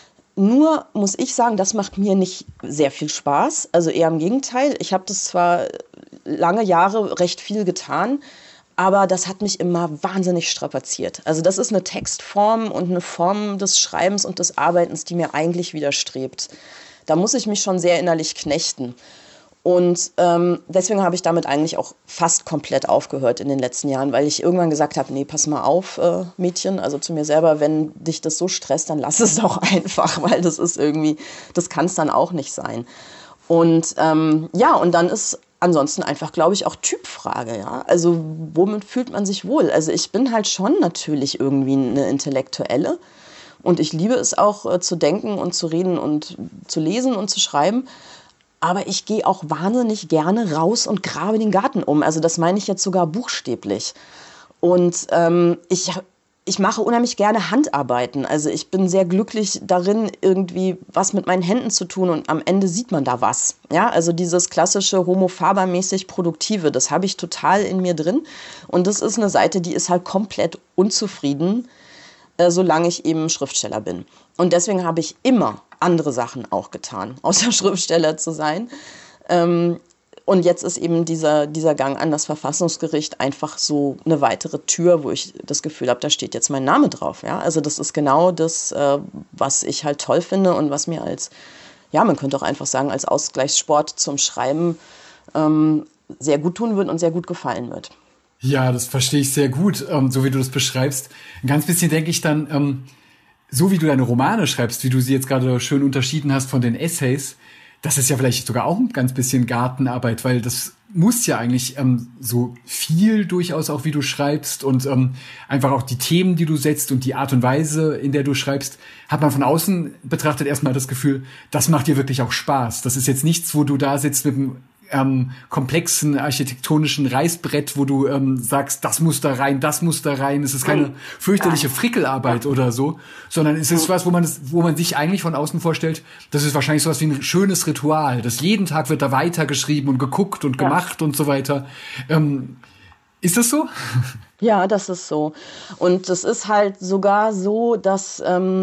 Nur muss ich sagen, das macht mir nicht sehr viel Spaß. Also eher im Gegenteil. Ich habe das zwar lange Jahre recht viel getan, aber das hat mich immer wahnsinnig strapaziert. Also das ist eine Textform und eine Form des Schreibens und des Arbeitens, die mir eigentlich widerstrebt. Da muss ich mich schon sehr innerlich knechten. Und deswegen habe ich damit eigentlich auch fast komplett aufgehört in den letzten Jahren, weil ich irgendwann gesagt habe, nee, pass mal auf, Mädchen, also zu mir selber, wenn dich das so stresst, dann lass es auch einfach, weil das ist irgendwie, das kann es dann auch nicht sein. Und ja, und dann ist ansonsten einfach, glaube ich, auch Typfrage, ja. Also womit fühlt man sich wohl? Also ich bin halt schon natürlich irgendwie eine Intellektuelle und ich liebe es auch zu denken und zu reden und zu lesen und zu schreiben. Aber ich gehe auch wahnsinnig gerne raus und grabe den Garten um. Also das meine ich jetzt sogar buchstäblich. Und ich mache unheimlich gerne Handarbeiten. Also ich bin sehr glücklich darin, irgendwie was mit meinen Händen zu tun. Und am Ende sieht man da was. Ja, also dieses klassische Homo faber-mäßig Produktive, das habe ich total in mir drin. Und das ist eine Seite, die ist halt komplett unzufrieden, solange ich eben Schriftsteller bin. Und deswegen habe ich immer andere Sachen auch getan, außer Schriftsteller zu sein. Und jetzt ist eben dieser Gang an das Verfassungsgericht einfach so eine weitere Tür, wo ich das Gefühl habe, da steht jetzt mein Name drauf. Ja? Also das ist genau das, was ich halt toll finde und was mir als, ja, man könnte auch einfach sagen, als Ausgleichssport zum Schreiben sehr gut tun wird und sehr gut gefallen wird. Ja, das verstehe ich sehr gut, so wie du das beschreibst. Ein ganz bisschen denke ich dann, so wie du deine Romane schreibst, wie du sie jetzt gerade schön unterschieden hast von den Essays, das ist ja vielleicht sogar auch ein ganz bisschen Gartenarbeit, weil das muss ja eigentlich so viel durchaus auch, wie du schreibst und einfach auch die Themen, die du setzt und die Art und Weise, in der du schreibst, hat man von außen betrachtet erstmal das Gefühl, das macht dir wirklich auch Spaß. Das ist jetzt nichts, wo du da sitzt mit einem komplexen architektonischen Reißbrett, wo du sagst, das muss da rein, das muss da rein. Es ist keine fürchterliche Frickelarbeit oder so, sondern es ist was, wo man sich eigentlich von außen vorstellt, das ist wahrscheinlich sowas wie ein schönes Ritual, das jeden Tag wird da weitergeschrieben und geguckt und gemacht und so weiter. Ist das so? Ja, das ist so. Und es ist halt sogar so, dass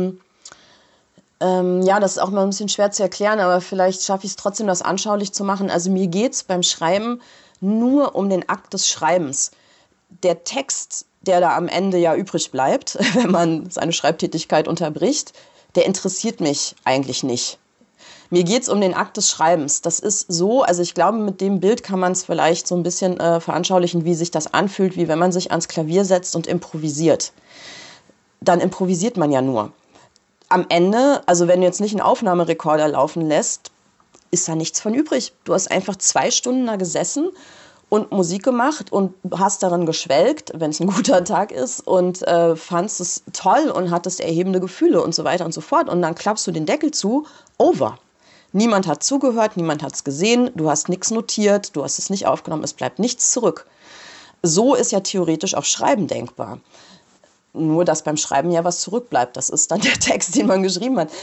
das ist auch mal ein bisschen schwer zu erklären, aber vielleicht schaffe ich es trotzdem, das anschaulich zu machen. Also mir geht es beim Schreiben nur um den Akt des Schreibens. Der Text, der da am Ende ja übrig bleibt, wenn man seine Schreibtätigkeit unterbricht, der interessiert mich eigentlich nicht. Mir geht es um den Akt des Schreibens. Das ist so, also ich glaube, mit dem Bild kann man es vielleicht so ein bisschen veranschaulichen, wie sich das anfühlt, wie wenn man sich ans Klavier setzt und improvisiert. Dann improvisiert man ja nur. Am Ende, also wenn du jetzt nicht einen Aufnahmerekorder laufen lässt, ist da nichts von übrig. Du hast einfach 2 Stunden da gesessen und Musik gemacht und hast darin geschwelgt, wenn es ein guter Tag ist, und fandst es toll und hattest erhebende Gefühle und so weiter und so fort. Und dann klappst du den Deckel zu, over. Niemand hat zugehört, niemand hat es gesehen, du hast nichts notiert, du hast es nicht aufgenommen, es bleibt nichts zurück. So ist ja theoretisch auch Schreiben denkbar. Nur, dass beim Schreiben ja was zurückbleibt. Das ist dann der Text, den man geschrieben hat.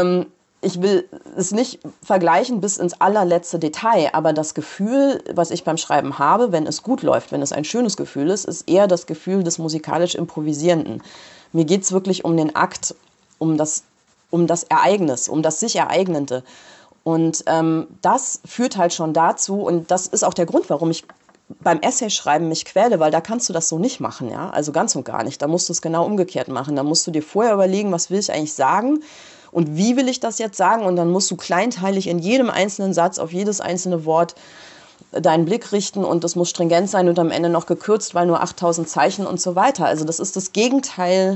Ich will es nicht vergleichen bis ins allerletzte Detail, aber das Gefühl, was ich beim Schreiben habe, wenn es gut läuft, wenn es ein schönes Gefühl ist, ist eher das Gefühl des musikalisch Improvisierenden. Mir geht es wirklich um den Akt, um das Ereignis, um das sich Ereignende. Und das führt halt schon dazu, und das ist auch der Grund, warum ich beim Essayschreiben mich quäle, weil da kannst du das so nicht machen, ja, also ganz und gar nicht. Da musst du es genau umgekehrt machen. Da musst du dir vorher überlegen, was will ich eigentlich sagen und wie will ich das jetzt sagen, und dann musst du kleinteilig in jedem einzelnen Satz auf jedes einzelne Wort deinen Blick richten, und das muss stringent sein und am Ende noch gekürzt, weil nur 8000 Zeichen und so weiter. Also das ist das Gegenteil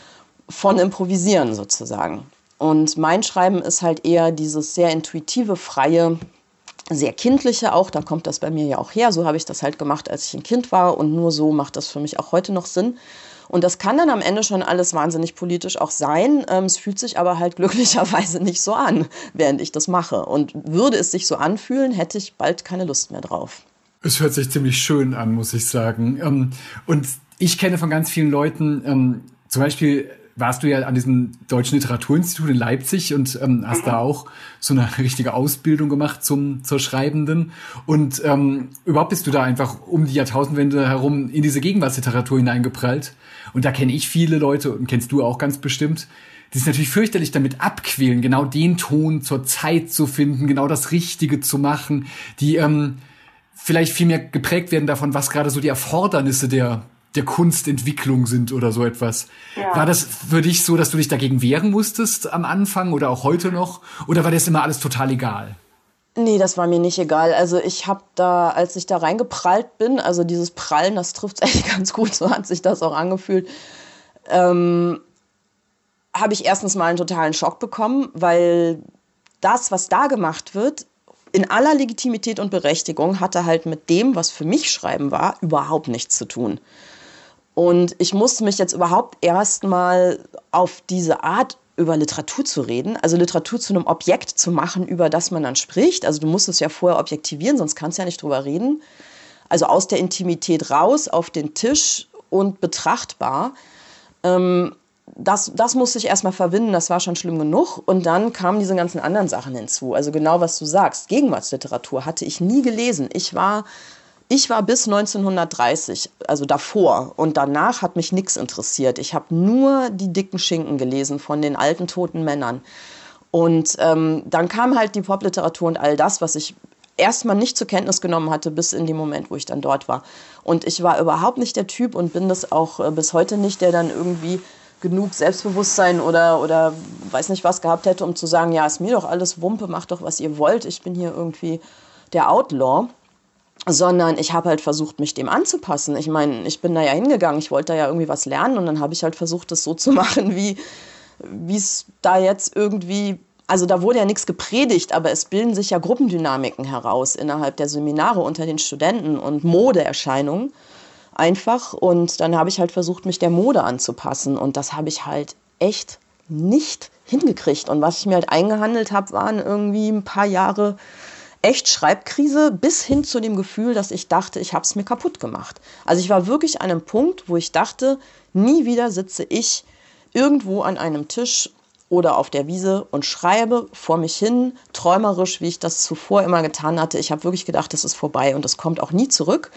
von Improvisieren sozusagen. Und mein Schreiben ist halt eher dieses sehr intuitive, freie, sehr kindliche auch, da kommt das bei mir ja auch her. So habe ich das halt gemacht, als ich ein Kind war, und nur so macht das für mich auch heute noch Sinn. Und das kann dann am Ende schon alles wahnsinnig politisch auch sein. Es fühlt sich aber halt glücklicherweise nicht so an, während ich das mache. Und würde es sich so anfühlen, hätte ich bald keine Lust mehr drauf. Es hört sich ziemlich schön an, muss ich sagen. Und ich kenne von ganz vielen Leuten, zum Beispiel warst du ja an diesem Deutschen Literaturinstitut in Leipzig und hast da auch so eine richtige Ausbildung gemacht zur Schreibenden. Und überhaupt bist du da einfach um die Jahrtausendwende herum in diese Gegenwartsliteratur hineingeprallt. Und da kenne ich viele Leute, und kennst du auch ganz bestimmt, die sich natürlich fürchterlich damit abquälen, genau den Ton zur Zeit zu finden, genau das Richtige zu machen, die vielleicht viel mehr geprägt werden davon, was gerade so die Erfordernisse der Kunstentwicklung sind oder so etwas. Ja. War das für dich so, dass du dich dagegen wehren musstest am Anfang oder auch heute noch? Oder war das immer alles total egal? Nee, das war mir nicht egal. Also ich habe da, als ich da reingeprallt bin, also dieses Prallen, das trifft es eigentlich ganz gut, so hat sich das auch angefühlt, habe ich erstens mal einen totalen Schock bekommen, weil das, was da gemacht wird, in aller Legitimität und Berechtigung, hatte halt mit dem, was für mich Schreiben war, überhaupt nichts zu tun. Und ich musste mich jetzt überhaupt erstmal auf diese Art über Literatur zu reden, also Literatur zu einem Objekt zu machen, über das man dann spricht. Also du musst es ja vorher objektivieren, sonst kannst du ja nicht drüber reden. Also aus der Intimität raus, auf den Tisch und betrachtbar. Das musste ich erstmal verwinden, das war schon schlimm genug. Und dann kamen diese ganzen anderen Sachen hinzu. Also genau, was du sagst, Gegenwartsliteratur hatte ich nie gelesen. Ich war bis 1930, also davor, und danach hat mich nichts interessiert. Ich habe nur die dicken Schinken gelesen von den alten, toten Männern. Und dann kam halt die Popliteratur und all das, was ich erstmal nicht zur Kenntnis genommen hatte, bis in dem Moment, wo ich dann dort war. Und ich war überhaupt nicht der Typ und bin das auch bis heute nicht, der dann irgendwie genug Selbstbewusstsein oder weiß nicht was gehabt hätte, um zu sagen, ja, ist mir doch alles Wumpe, macht doch, was ihr wollt, ich bin hier irgendwie der Outlaw. Sondern ich habe halt versucht, mich dem anzupassen. Ich meine, ich bin da ja hingegangen, ich wollte da ja irgendwie was lernen, und dann habe ich halt versucht, das so zu machen, wie es da jetzt irgendwie also da wurde ja nichts gepredigt, aber es bilden sich ja Gruppendynamiken heraus innerhalb der Seminare unter den Studenten und Modeerscheinungen einfach. Und dann habe ich halt versucht, mich der Mode anzupassen. Und das habe ich halt echt nicht hingekriegt. Und was ich mir halt eingehandelt habe, waren irgendwie ein paar Jahre echt Schreibkrise bis hin zu dem Gefühl, dass ich dachte, ich habe es mir kaputt gemacht. Also ich war wirklich an einem Punkt, wo ich dachte, nie wieder sitze ich irgendwo an einem Tisch oder auf der Wiese und schreibe vor mich hin, träumerisch, wie ich das zuvor immer getan hatte. Ich habe wirklich gedacht, das ist vorbei und es kommt auch nie zurück.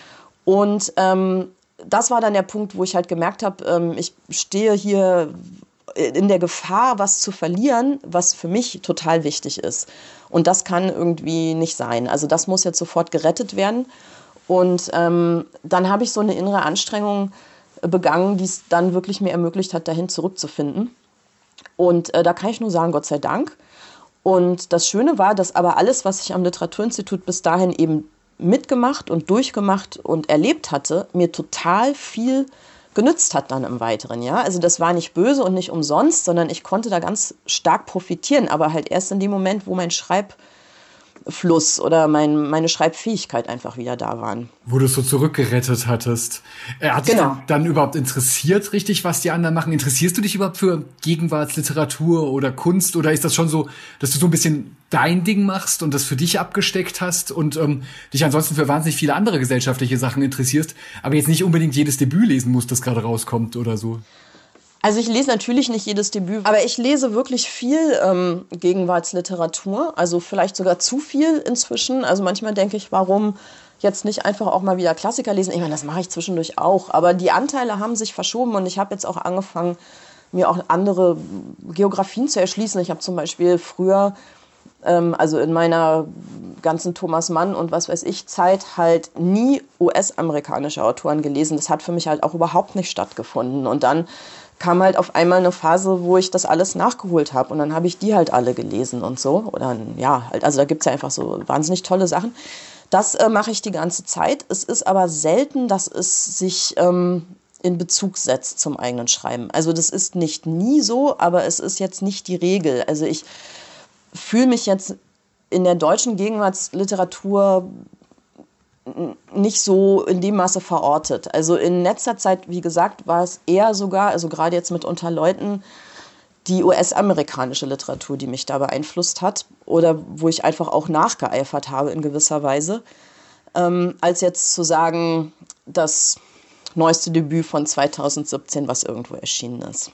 Und das war dann der Punkt, wo ich halt gemerkt habe, ich stehe hier in der Gefahr, was zu verlieren, was für mich total wichtig ist. Und das kann irgendwie nicht sein. Also das muss jetzt sofort gerettet werden. Und dann habe ich so eine innere Anstrengung begangen, die es dann wirklich mir ermöglicht hat, dahin zurückzufinden. Und da kann ich nur sagen, Gott sei Dank. Und das Schöne war, dass aber alles, was ich am Literaturinstitut bis dahin eben mitgemacht und durchgemacht und erlebt hatte, mir total viel genützt hat dann im Weiteren. Ja? Also das war nicht böse und nicht umsonst, sondern ich konnte da ganz stark profitieren, aber halt erst in dem Moment, wo mein Schreibfluss oder meine Schreibfähigkeit einfach wieder da waren. Wo du es so zurückgerettet hattest. Hat dich dann überhaupt interessiert, richtig, was die anderen machen? Interessierst du dich überhaupt für Gegenwartsliteratur oder Kunst? Oder ist das schon so, dass du so ein bisschen dein Ding machst und das für dich abgesteckt hast und dich ansonsten für wahnsinnig viele andere gesellschaftliche Sachen interessierst, aber jetzt nicht unbedingt jedes Debüt lesen musst, das gerade rauskommt oder so? Also ich lese natürlich nicht jedes Debüt, aber ich lese wirklich viel Gegenwartsliteratur, also vielleicht sogar zu viel inzwischen. Also manchmal denke ich, warum jetzt nicht einfach auch mal wieder Klassiker lesen? Ich meine, das mache ich zwischendurch auch, aber die Anteile haben sich verschoben und ich habe jetzt auch angefangen, mir auch andere Geografien zu erschließen. Ich habe zum Beispiel früher, also in meiner ganzen Thomas Mann und was weiß ich Zeit halt nie US-amerikanische Autoren gelesen. Das hat für mich halt auch überhaupt nicht stattgefunden. Und dann kam halt auf einmal eine Phase, wo ich das alles nachgeholt habe. Und dann habe ich die halt alle gelesen und so. Oder ja, halt, also da gibt es ja einfach so wahnsinnig tolle Sachen. Das mache ich die ganze Zeit. Es ist aber selten, dass es sich in Bezug setzt zum eigenen Schreiben. Also das ist nicht nie so, aber es ist jetzt nicht die Regel. Also ich fühle mich jetzt in der deutschen Gegenwartsliteratur nicht so in dem Maße verortet. Also in letzter Zeit, wie gesagt, war es eher sogar, also gerade jetzt mit Unter Leuten, die US-amerikanische Literatur, die mich da beeinflusst hat oder wo ich einfach auch nachgeeifert habe in gewisser Weise, als jetzt zu sagen, das neueste Debüt von 2017, was irgendwo erschienen ist.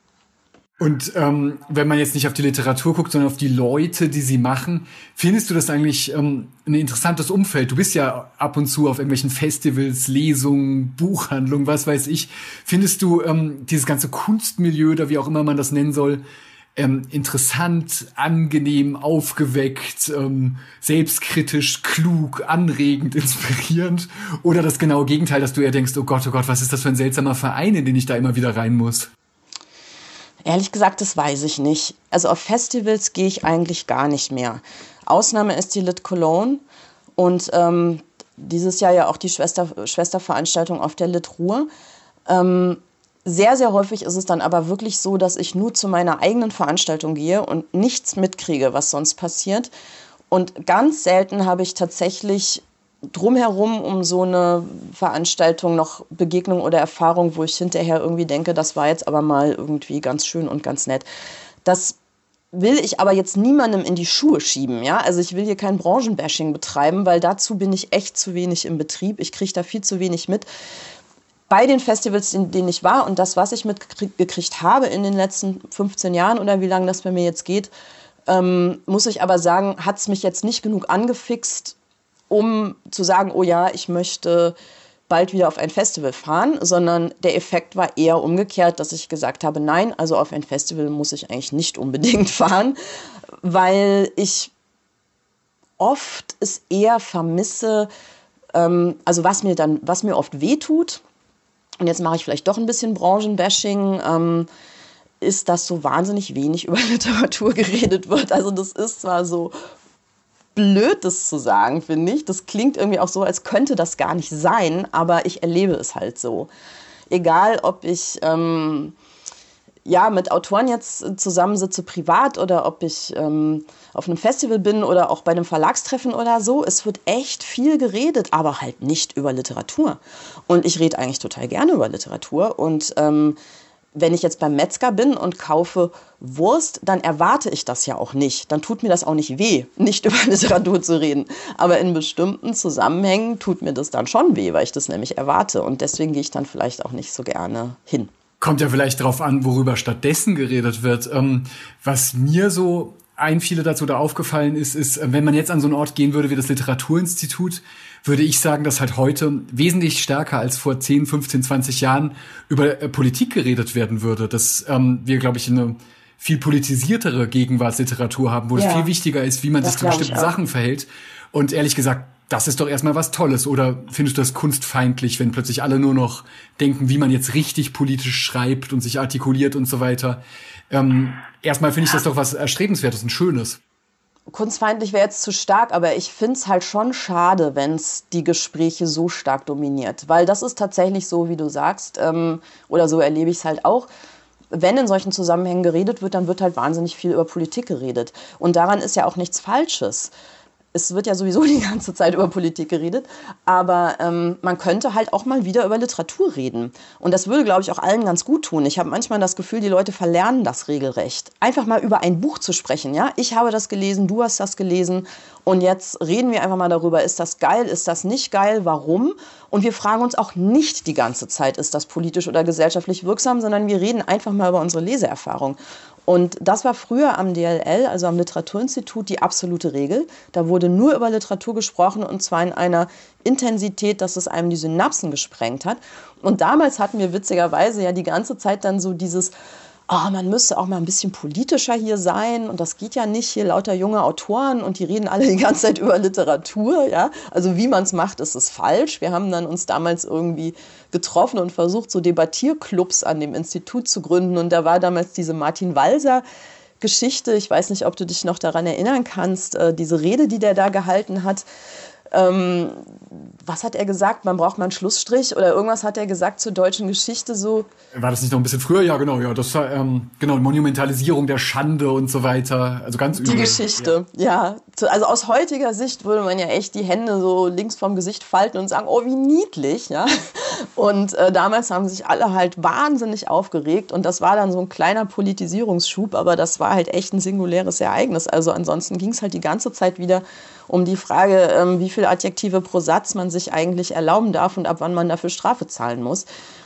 Und wenn man jetzt nicht auf die Literatur guckt, sondern auf die Leute, die sie machen, findest du das eigentlich ein interessantes Umfeld? Du bist ja ab und zu auf irgendwelchen Festivals, Lesungen, Buchhandlungen, was weiß ich. Findest du dieses ganze Kunstmilieu oder wie auch immer man das nennen soll, interessant, angenehm, aufgeweckt, selbstkritisch, klug, anregend, inspirierend? Oder das genaue Gegenteil, dass du eher denkst, oh Gott, was ist das für ein seltsamer Verein, in den ich da immer wieder rein muss? Ehrlich gesagt, das weiß ich nicht. Also auf Festivals gehe ich eigentlich gar nicht mehr. Ausnahme ist die Lit Cologne und dieses Jahr ja auch die Schwesterveranstaltung auf der Lit Ruhr. Sehr, sehr häufig ist es dann aber wirklich so, dass ich nur zu meiner eigenen Veranstaltung gehe und nichts mitkriege, was sonst passiert. Und ganz selten habe ich tatsächlich drumherum um so eine Veranstaltung noch Begegnung oder Erfahrung, wo ich hinterher irgendwie denke, das war jetzt aber mal irgendwie ganz schön und ganz nett. Das will ich aber jetzt niemandem in die Schuhe schieben, ja? Also ich will hier kein Branchenbashing betreiben, weil dazu bin ich echt zu wenig im Betrieb. Ich kriege da viel zu wenig mit. Bei den Festivals, in denen ich war und das, was ich mitgekriegt habe in den letzten 15 Jahren oder wie lange das bei mir jetzt geht, muss ich aber sagen, hat es mich jetzt nicht genug angefixt, um zu sagen, oh ja, ich möchte bald wieder auf ein Festival fahren, sondern der Effekt war eher umgekehrt, dass ich gesagt habe, nein, also auf ein Festival muss ich eigentlich nicht unbedingt fahren, weil ich oft es eher vermisse, also was mir oft wehtut, und jetzt mache ich vielleicht doch ein bisschen Branchenbashing, ist, dass so wahnsinnig wenig über Literatur geredet wird. Also das ist zwar so blöd, das zu sagen, finde ich. Das klingt irgendwie auch so, als könnte das gar nicht sein, aber ich erlebe es halt so. Egal, ob ich mit Autoren jetzt zusammensitze privat oder ob ich auf einem Festival bin oder auch bei einem Verlagstreffen oder so, es wird echt viel geredet, aber halt nicht über Literatur. Und ich rede eigentlich total gerne über Literatur. Und wenn ich jetzt beim Metzger bin und kaufe Wurst, dann erwarte ich das ja auch nicht. Dann tut mir das auch nicht weh, nicht über Literatur zu reden. Aber in bestimmten Zusammenhängen tut mir das dann schon weh, weil ich das nämlich erwarte. Und deswegen gehe ich dann vielleicht auch nicht so gerne hin. Kommt ja vielleicht drauf an, worüber stattdessen geredet wird. Was mir so einfiel dazu da aufgefallen ist, wenn man jetzt an so einen Ort gehen würde wie das Literaturinstitut, würde ich sagen, dass halt heute wesentlich stärker als vor 10, 15, 20 Jahren über Politik geredet werden würde. Dass wir, glaube ich, eine viel politisiertere Gegenwartsliteratur haben, wo es viel wichtiger ist, wie man sich zu bestimmten Sachen verhält. Und ehrlich gesagt, das ist doch erstmal was Tolles. Oder findest du das kunstfeindlich, wenn plötzlich alle nur noch denken, wie man jetzt richtig politisch schreibt und sich artikuliert und so weiter? Erstmal finde ich das doch was Erstrebenswertes und Schönes. Kunstfeindlich wäre jetzt zu stark, aber ich finde es halt schon schade, wenn es die Gespräche so stark dominiert. Weil das ist tatsächlich so, wie du sagst, oder so erlebe ich es halt auch. Wenn in solchen Zusammenhängen geredet wird, dann wird halt wahnsinnig viel über Politik geredet. Und daran ist ja auch nichts Falsches. Es wird ja sowieso die ganze Zeit über Politik geredet, aber man könnte halt auch mal wieder über Literatur reden. Und das würde, glaube ich, auch allen ganz gut tun. Ich habe manchmal das Gefühl, die Leute verlernen das regelrecht. Einfach mal über ein Buch zu sprechen. Ja? Ich habe das gelesen, du hast das gelesen und jetzt reden wir einfach mal darüber, ist das geil, ist das nicht geil, warum? Und wir fragen uns auch nicht die ganze Zeit, ist das politisch oder gesellschaftlich wirksam, sondern wir reden einfach mal über unsere Leseerfahrung. Und das war früher am DLL, also am Literaturinstitut, die absolute Regel. Da wurde nur über Literatur gesprochen und zwar in einer Intensität, dass es einem die Synapsen gesprengt hat. Und damals hatten wir witzigerweise ja die ganze Zeit dann so dieses, man müsste auch mal ein bisschen politischer hier sein und das geht ja nicht, hier lauter junge Autoren und die reden alle die ganze Zeit über Literatur, ja. Also wie man es macht, ist es falsch. Wir haben dann uns damals irgendwie getroffen und versucht, so Debattierclubs an dem Institut zu gründen und da war damals diese Martin Walser Geschichte, ich weiß nicht, ob du dich noch daran erinnern kannst, diese Rede, die der da gehalten hat. Was hat er gesagt? Man braucht mal einen Schlussstrich oder irgendwas hat er gesagt zur deutschen Geschichte so. War das nicht noch ein bisschen früher? Ja, genau. Ja, das war Monumentalisierung der Schande und so weiter. Also ganz übel. Die Geschichte, ja. Also aus heutiger Sicht würde man ja echt die Hände so links vom Gesicht falten und sagen, oh, wie niedlich, ja. Und damals haben sich alle halt wahnsinnig aufgeregt und das war dann so ein kleiner Politisierungsschub, aber das war halt echt ein singuläres Ereignis. Also ansonsten ging es halt die ganze Zeit wieder um die Frage, wie viel Adjektive pro Satz man sich eigentlich erlauben darf und ab wann man dafür Strafe zahlen muss.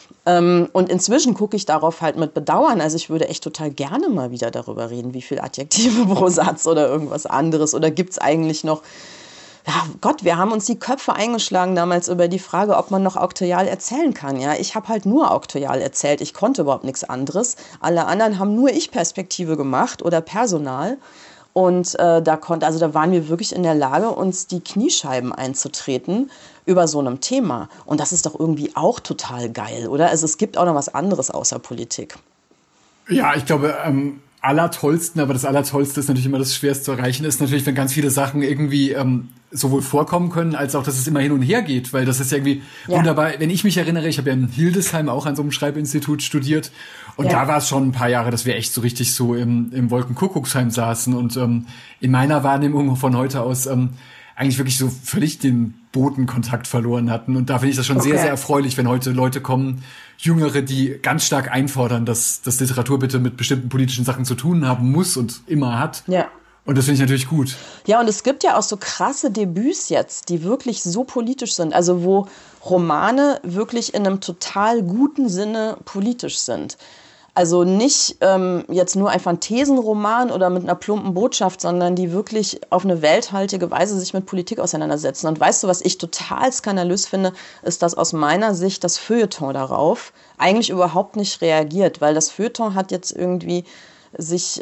Und inzwischen gucke ich darauf halt mit Bedauern. Also ich würde echt total gerne mal wieder darüber reden, wie viel Adjektive pro Satz oder irgendwas anderes. Oder gibt es eigentlich noch, ja Gott, wir haben uns die Köpfe eingeschlagen damals über die Frage, ob man noch auktorial erzählen kann. Ja, ich habe halt nur auktorial erzählt. Ich konnte überhaupt nichts anderes. Alle anderen haben nur Ich-Perspektive gemacht oder Personal. Und da waren wir wirklich in der Lage, uns die Kniescheiben einzutreten über so einem Thema. Und das ist doch irgendwie auch total geil, oder? Also es gibt auch noch was anderes außer Politik. Ja, ich glaube, allertollsten, aber das Allertollste ist natürlich immer das schwerst zu erreichen, ist natürlich, wenn ganz viele Sachen irgendwie sowohl vorkommen können, als auch, dass es immer hin und her geht, weil das ist ja irgendwie wunderbar. Wenn ich mich erinnere, ich habe ja in Hildesheim auch an so einem Schreibinstitut studiert und da war es schon ein paar Jahre, dass wir echt so richtig so im Wolkenkuckucksheim saßen und in meiner Wahrnehmung von heute aus eigentlich wirklich so völlig den Bodenkontakt verloren hatten. Und da finde ich das schon sehr, sehr erfreulich, wenn heute Leute kommen, Jüngere, die ganz stark einfordern, dass Literatur bitte mit bestimmten politischen Sachen zu tun haben muss und immer hat. Ja. Und das finde ich natürlich gut. Ja, und es gibt ja auch so krasse Debüts jetzt, die wirklich so politisch sind. Also wo Romane wirklich in einem total guten Sinne politisch sind. Also nicht jetzt nur einfach ein Thesenroman oder mit einer plumpen Botschaft, sondern die wirklich auf eine welthaltige Weise sich mit Politik auseinandersetzen. Und weißt du, was ich total skandalös finde, ist, dass aus meiner Sicht das Feuilleton darauf eigentlich überhaupt nicht reagiert. Weil das Feuilleton hat jetzt irgendwie sich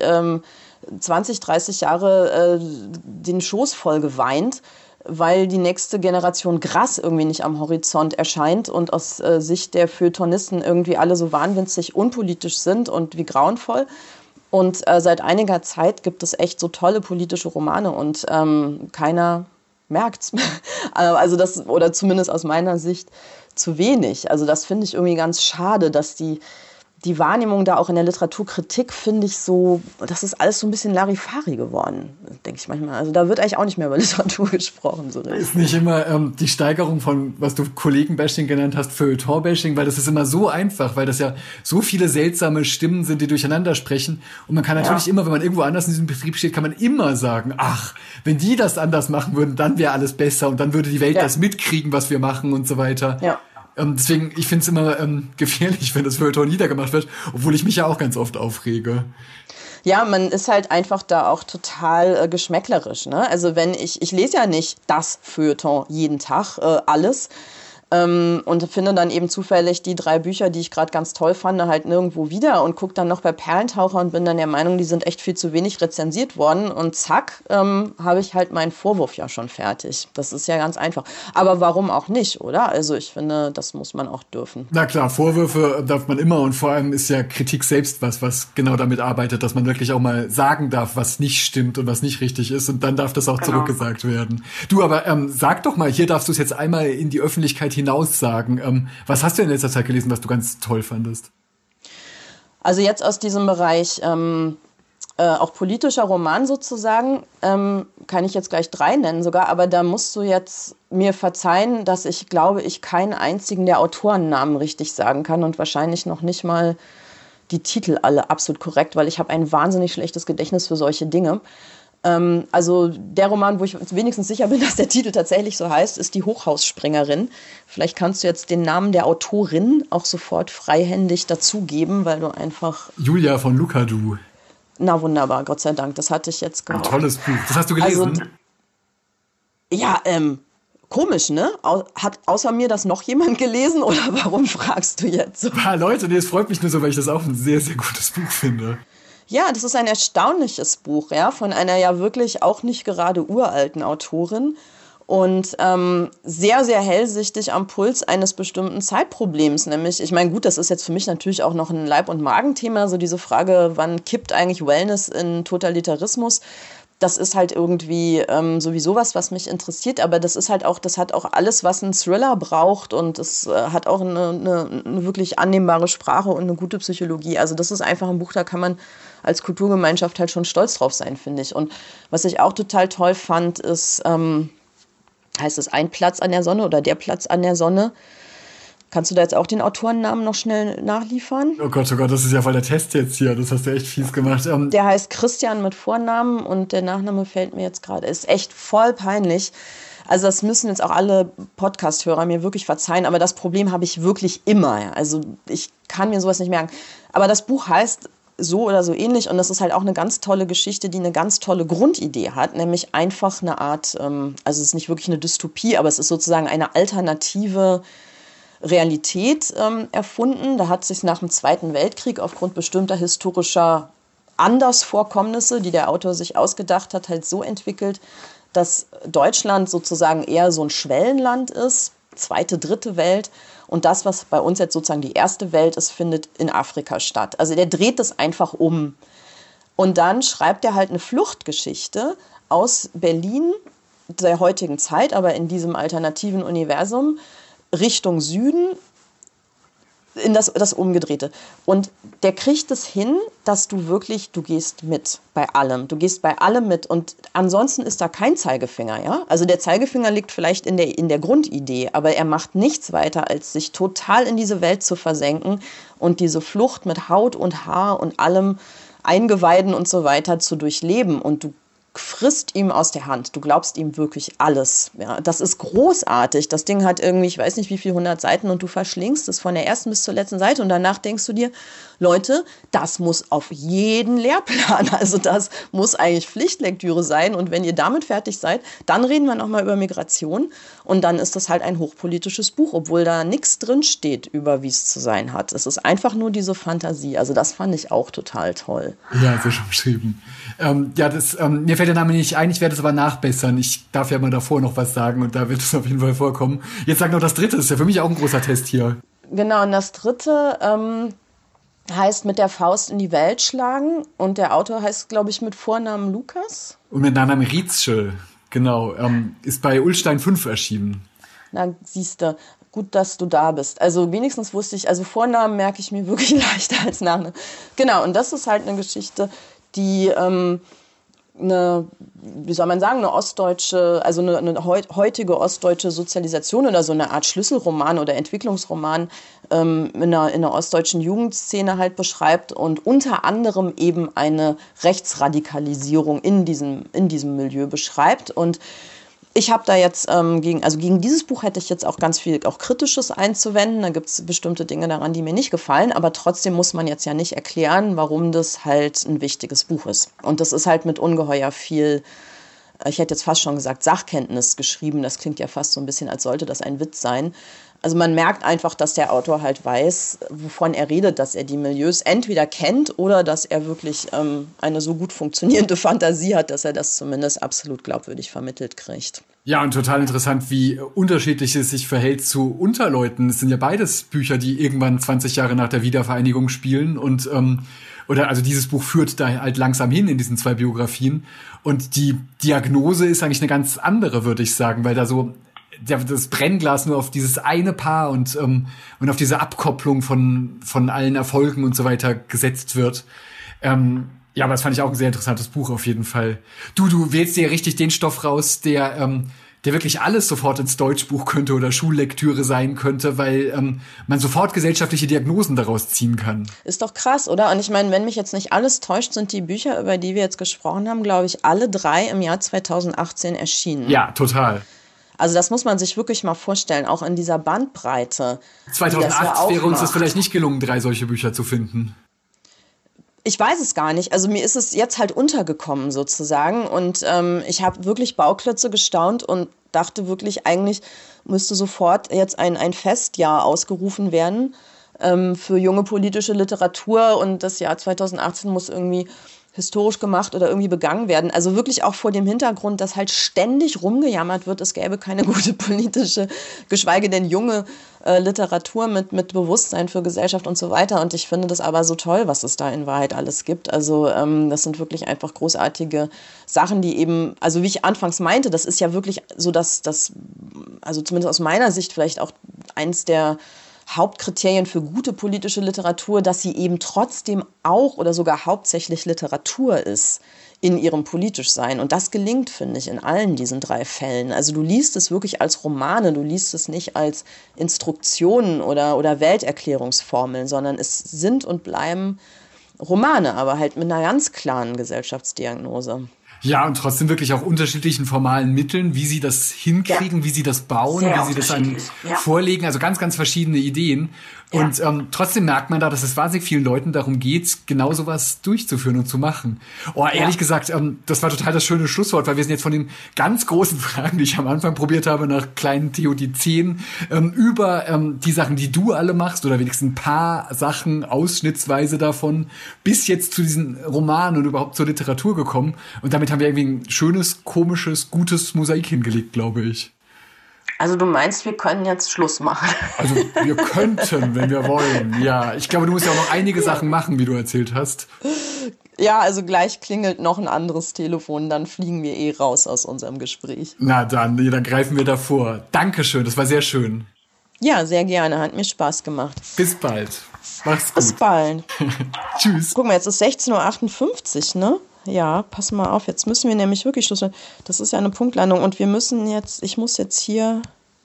20, 30 Jahre den Schoß voll geweint, weil die nächste Generation Gras irgendwie nicht am Horizont erscheint und aus Sicht der Feuilletonisten irgendwie alle so wahnwitzig unpolitisch sind und wie grauenvoll. Und seit einiger Zeit gibt es echt so tolle politische Romane und keiner merkt's. Also das, oder zumindest aus meiner Sicht zu wenig. Also das finde ich irgendwie ganz schade, dass die die Wahrnehmung da auch in der Literaturkritik finde ich so, das ist alles so ein bisschen Larifari geworden, denke ich manchmal. Also da wird eigentlich auch nicht mehr über Literatur gesprochen. So ist nicht immer die Steigerung von, was du Kollegen-Bashing genannt hast, Feuilleton-Bashing, weil das ist immer so einfach, weil das ja so viele seltsame Stimmen sind, die durcheinander sprechen. Und man kann natürlich immer, wenn man irgendwo anders in diesem Betrieb steht, kann man immer sagen, ach, wenn die das anders machen würden, dann wäre alles besser und dann würde die Welt das mitkriegen, was wir machen und so weiter. Ja. Deswegen, ich finde es immer gefährlich, wenn das Feuilleton niedergemacht wird, obwohl ich mich ja auch ganz oft aufrege. Ja, man ist halt einfach da auch total geschmäcklerisch, ne? Also wenn ich lese ja nicht das Feuilleton jeden Tag, alles, und finde dann eben zufällig die 3 Bücher, die ich gerade ganz toll fand, halt nirgendwo wieder und gucke dann noch bei Perlentaucher und bin dann der Meinung, die sind echt viel zu wenig rezensiert worden und zack, habe ich halt meinen Vorwurf ja schon fertig. Das ist ja ganz einfach. Aber warum auch nicht, oder? Also ich finde, das muss man auch dürfen. Na klar, Vorwürfe darf man immer und vor allem ist ja Kritik selbst was genau damit arbeitet, dass man wirklich auch mal sagen darf, was nicht stimmt und was nicht richtig ist und dann darf das auch zurückgesagt werden. Du, aber sag doch mal, hier darfst du es jetzt einmal in die Öffentlichkeit hinaus sagen. Was hast du in letzter Zeit gelesen, was du ganz toll fandest? Also jetzt aus diesem Bereich auch politischer Roman sozusagen, kann ich jetzt gleich 3 nennen sogar, aber da musst du jetzt mir verzeihen, dass ich glaube, ich keinen einzigen der Autorennamen richtig sagen kann und wahrscheinlich noch nicht mal die Titel alle absolut korrekt, weil ich habe ein wahnsinnig schlechtes Gedächtnis für solche Dinge. Also der Roman, wo ich wenigstens sicher bin, dass der Titel tatsächlich so heißt, ist die Hochhausspringerin. Vielleicht kannst du jetzt den Namen der Autorin auch sofort freihändig dazugeben, weil du einfach... Julia von Lucadou. Na wunderbar, Gott sei Dank, das hatte ich jetzt gemacht. Ein tolles Buch, das hast du gelesen? Also, komisch, ne? Hat außer mir das noch jemand gelesen oder warum fragst du jetzt so? Leute, nee, es freut mich nur so, weil ich das auch ein sehr, sehr gutes Buch finde. Ja, das ist ein erstaunliches Buch, ja, von einer ja wirklich auch nicht gerade uralten Autorin und sehr, sehr hellsichtig am Puls eines bestimmten Zeitproblems. Nämlich, ich meine, gut, das ist jetzt für mich natürlich auch noch ein Leib- und Magenthema, so diese Frage, wann kippt eigentlich Wellness in Totalitarismus? Das ist halt irgendwie sowieso was mich interessiert, aber das ist halt auch, das hat auch alles, was ein Thriller braucht und es hat auch eine wirklich annehmbare Sprache und eine gute Psychologie. Also das ist einfach ein Buch, da kann man als Kulturgemeinschaft halt schon stolz drauf sein, finde ich. Und was ich auch total toll fand, ist, heißt es Ein Platz an der Sonne oder Der Platz an der Sonne. Kannst du da jetzt auch den Autorennamen noch schnell nachliefern? Oh Gott, das ist ja voll der Test jetzt hier. Das hast du echt fies gemacht. Der heißt Christian mit Vornamen und der Nachname fällt mir jetzt gerade. Ist echt voll peinlich. Also das müssen jetzt auch alle Podcast-Hörer mir wirklich verzeihen, aber das Problem habe ich wirklich immer. Also ich kann mir sowas nicht merken. Aber das Buch heißt so oder so ähnlich und das ist halt auch eine ganz tolle Geschichte, die eine ganz tolle Grundidee hat, nämlich einfach eine Art, also es ist nicht wirklich eine Dystopie, aber es ist sozusagen eine alternative Realität erfunden. Da hat sich nach dem Zweiten Weltkrieg aufgrund bestimmter historischer Andersvorkommnisse, die der Autor sich ausgedacht hat, halt so entwickelt, dass Deutschland sozusagen eher so ein Schwellenland ist, zweite, dritte Welt. Und das, was bei uns jetzt sozusagen die erste Welt ist, findet in Afrika statt. Also der dreht es einfach um. Und dann schreibt er halt eine Fluchtgeschichte aus Berlin der heutigen Zeit, aber in diesem alternativen Universum, Richtung Süden, in das Umgedrehte. Und der kriegt es hin, dass du gehst mit bei allem. Du gehst bei allem mit und ansonsten ist da kein Zeigefinger, ja? Also der Zeigefinger liegt vielleicht in der Grundidee, aber er macht nichts weiter, als sich total in diese Welt zu versenken und diese Flucht mit Haut und Haar und allem Eingeweiden und so weiter zu durchleben und du frisst ihm aus der Hand. Du glaubst ihm wirklich alles. Ja, das ist großartig. Das Ding hat irgendwie, ich weiß nicht wie viel, 100 Seiten und du verschlingst es von der ersten bis zur letzten Seite und danach denkst du dir, Leute, das muss auf jeden Lehrplan, also das muss eigentlich Pflichtlektüre sein und wenn ihr damit fertig seid, dann reden wir nochmal über Migration und dann ist das halt ein hochpolitisches Buch, obwohl da nichts drin steht über wie es zu sein hat. Es ist einfach nur diese Fantasie. Also das fand ich auch total toll. Ja, sehr schön beschrieben. Mir fällt der Name nicht ein, ich werde es aber nachbessern. Ich darf ja mal davor noch was sagen und da wird es auf jeden Fall vorkommen. Jetzt sag noch das dritte, das ist ja für mich auch ein großer Test hier. Genau, und das dritte heißt Mit der Faust in die Welt schlagen und der Autor heißt, glaube ich, mit Vornamen Lukas. Und mit Nachnamen Rietschel, genau. Ist bei Ullstein 5 erschienen. Na, siehste. Gut, dass du da bist. Also wenigstens wusste ich, also Vornamen merke ich mir wirklich leichter als Nachnamen. Genau, und das ist halt eine Geschichte, die eine ostdeutsche, also eine heutige ostdeutsche Sozialisation oder so eine Art Schlüsselroman oder Entwicklungsroman in einer ostdeutschen Jugendszene halt beschreibt und unter anderem eben eine Rechtsradikalisierung in diesem Milieu beschreibt. Und ich habe da jetzt gegen dieses Buch hätte ich jetzt auch ganz viel auch Kritisches einzuwenden. Da gibt es bestimmte Dinge daran, die mir nicht gefallen. Aber trotzdem muss man jetzt ja nicht erklären, warum das halt ein wichtiges Buch ist. Und das ist halt mit ungeheuer viel, ich hätte jetzt fast schon gesagt, Sachkenntnis geschrieben. Das klingt ja fast so ein bisschen, als sollte das ein Witz sein. Also man merkt einfach, dass der Autor halt weiß, wovon er redet, dass er die Milieus entweder kennt oder dass er wirklich eine so gut funktionierende Fantasie hat, dass er das zumindest absolut glaubwürdig vermittelt kriegt. Ja, und total interessant, wie unterschiedlich es sich verhält zu Unterleuten. Es sind ja beides Bücher, die irgendwann 20 Jahre nach der Wiedervereinigung spielen und also dieses Buch führt da halt langsam hin in diesen 2 Biografien. Und die Diagnose ist eigentlich eine ganz andere, würde ich sagen, weil da so das Brennglas nur auf dieses eine Paar und auf diese Abkopplung von allen Erfolgen und so weiter gesetzt wird. Ja, aber das fand ich auch ein sehr interessantes Buch auf jeden Fall. Du wählst dir richtig den Stoff raus, der wirklich alles sofort ins Deutschbuch könnte oder Schullektüre sein könnte, weil man sofort gesellschaftliche Diagnosen daraus ziehen kann. Ist doch krass, oder? Und ich meine, wenn mich jetzt nicht alles täuscht, sind die Bücher, über die wir jetzt gesprochen haben, glaube ich, alle 3 im Jahr 2018 erschienen. Ja, total. Also das muss man sich wirklich mal vorstellen, auch in dieser Bandbreite. 2008 wäre uns das vielleicht nicht gelungen, 3 solche Bücher zu finden. Ich weiß es gar nicht. Also mir ist es jetzt halt untergekommen sozusagen und ich habe wirklich Bauklötze gestaunt und dachte wirklich, eigentlich müsste sofort jetzt ein Festjahr ausgerufen werden für junge politische Literatur und das Jahr 2018 muss irgendwie historisch gemacht oder irgendwie begangen werden. Also wirklich auch vor dem Hintergrund, dass halt ständig rumgejammert wird, es gäbe keine gute politische, geschweige denn junge Literatur mit Bewusstsein für Gesellschaft und so weiter. Und ich finde das aber so toll, was es da in Wahrheit alles gibt. Also das sind wirklich einfach großartige Sachen, die eben, also wie ich anfangs meinte, das ist ja wirklich so, dass das, also zumindest aus meiner Sicht vielleicht auch eins der Hauptkriterien für gute politische Literatur, dass sie eben trotzdem auch oder sogar hauptsächlich Literatur ist in ihrem Politischsein. Und das gelingt, finde ich, in allen diesen 3 Fällen. Also du liest es wirklich als Romane, du liest es nicht als Instruktionen oder Welterklärungsformeln, sondern es sind und bleiben Romane, aber halt mit einer ganz klaren Gesellschaftsdiagnose. Ja, und trotzdem wirklich auch unterschiedlichen formalen Mitteln, wie sie das hinkriegen, wie sie das bauen, wie sie das einem vorlegen. Also ganz, ganz verschiedene Ideen. Ja. Und trotzdem merkt man da, dass es wahnsinnig vielen Leuten darum geht, genau sowas durchzuführen und zu machen. Oh, ehrlich gesagt, das war total das schöne Schlusswort, weil wir sind jetzt von den ganz großen Fragen, die ich am Anfang probiert habe, nach kleinen Theodizeen, über die Sachen, die du alle machst, oder wenigstens ein paar Sachen ausschnittsweise davon, bis jetzt zu diesen Romanen und überhaupt zur Literatur gekommen. Und damit haben wir irgendwie ein schönes, komisches, gutes Mosaik hingelegt, glaube ich. Also du meinst, wir können jetzt Schluss machen? Also wir könnten, wenn wir wollen. Ja, ich glaube, du musst ja auch noch einige Sachen machen, wie du erzählt hast. Ja, also gleich klingelt noch ein anderes Telefon, dann fliegen wir raus aus unserem Gespräch. Na dann greifen wir davor. Dankeschön, das war sehr schön. Ja, sehr gerne, hat mir Spaß gemacht. Bis bald. Mach's gut. Bis bald. Tschüss. Guck mal, jetzt ist 16:58 Uhr, ne? Ja, pass mal auf, jetzt müssen wir nämlich wirklich Schluss machen. Das ist ja eine Punktlandung und wir müssen jetzt, ich muss jetzt hier,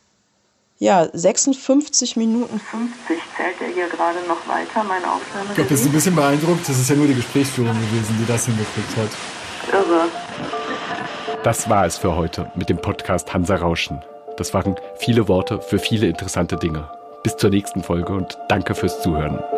56 Minuten 50 zählt er hier gerade noch weiter, meine Aufnahme. Ich glaube, das ist ein bisschen beeindruckt, das ist ja nur die Gesprächsführung gewesen, die das hingekriegt hat. Irre. Das war es für heute mit dem Podcast Hansa Rauschen. Das waren viele Worte für viele interessante Dinge. Bis zur nächsten Folge und danke fürs Zuhören.